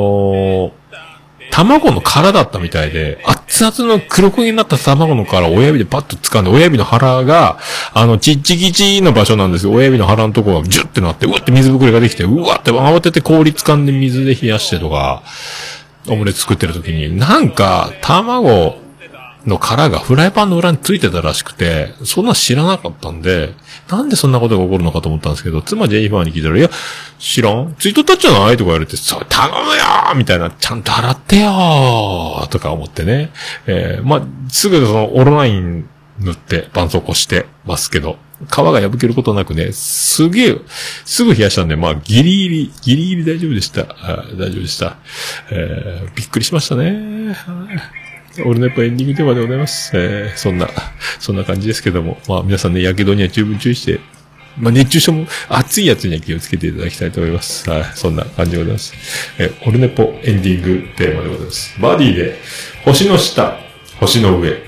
卵の殻だったみたいで、熱々の黒焦げになった卵の殻を親指でパッと掴んで、親指の腹が、ちっちぎちの場所なんですよ。親指の腹のところがジュッてなって、うわって水ぶくれができて、うわって慌てて氷掴んで水で冷やしてとか、オムレツ作ってる時に、なんか、卵の殻がフライパンの裏についてたらしくて、そんな知らなかったんで、なんでそんなことが起こるのかと思ったんですけど、妻ジェニファーに聞いたら、いや、知らん？ついとったっちゃないとか言われて、そう、頼むよーみたいな、ちゃんと洗ってよーとか思ってね。まあ、すぐそのオロナイン塗って絆創膏してますけど、皮が破けることなくね、すぐ冷やしたんで、まあ、ギリギリ大丈夫でした。大丈夫でした。びっくりしましたね。オルネポエンディングテーマでございます。そんな感じですけども。まあ皆さんね、火傷には十分注意して、まあ熱中症も暑いやつには気をつけていただきたいと思います。はい、そんな感じでございます。オルネポエンディングテーマでございます。バディで、星の下、星の上。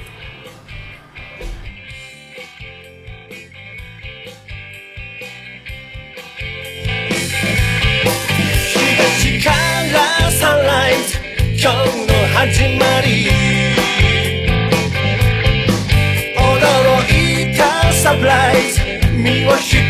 東からサンライズ、今日の始まり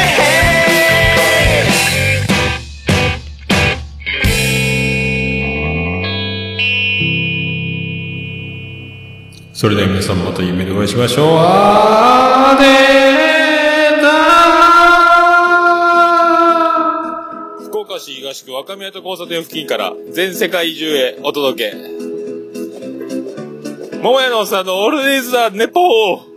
それでは皆さんまた夢でお会いしましょう。あーねーだー。福岡市東区若宮と交差点付近から全世界中へお届け。桃屋のおっさんのオールディーズ・ザ・ネポー。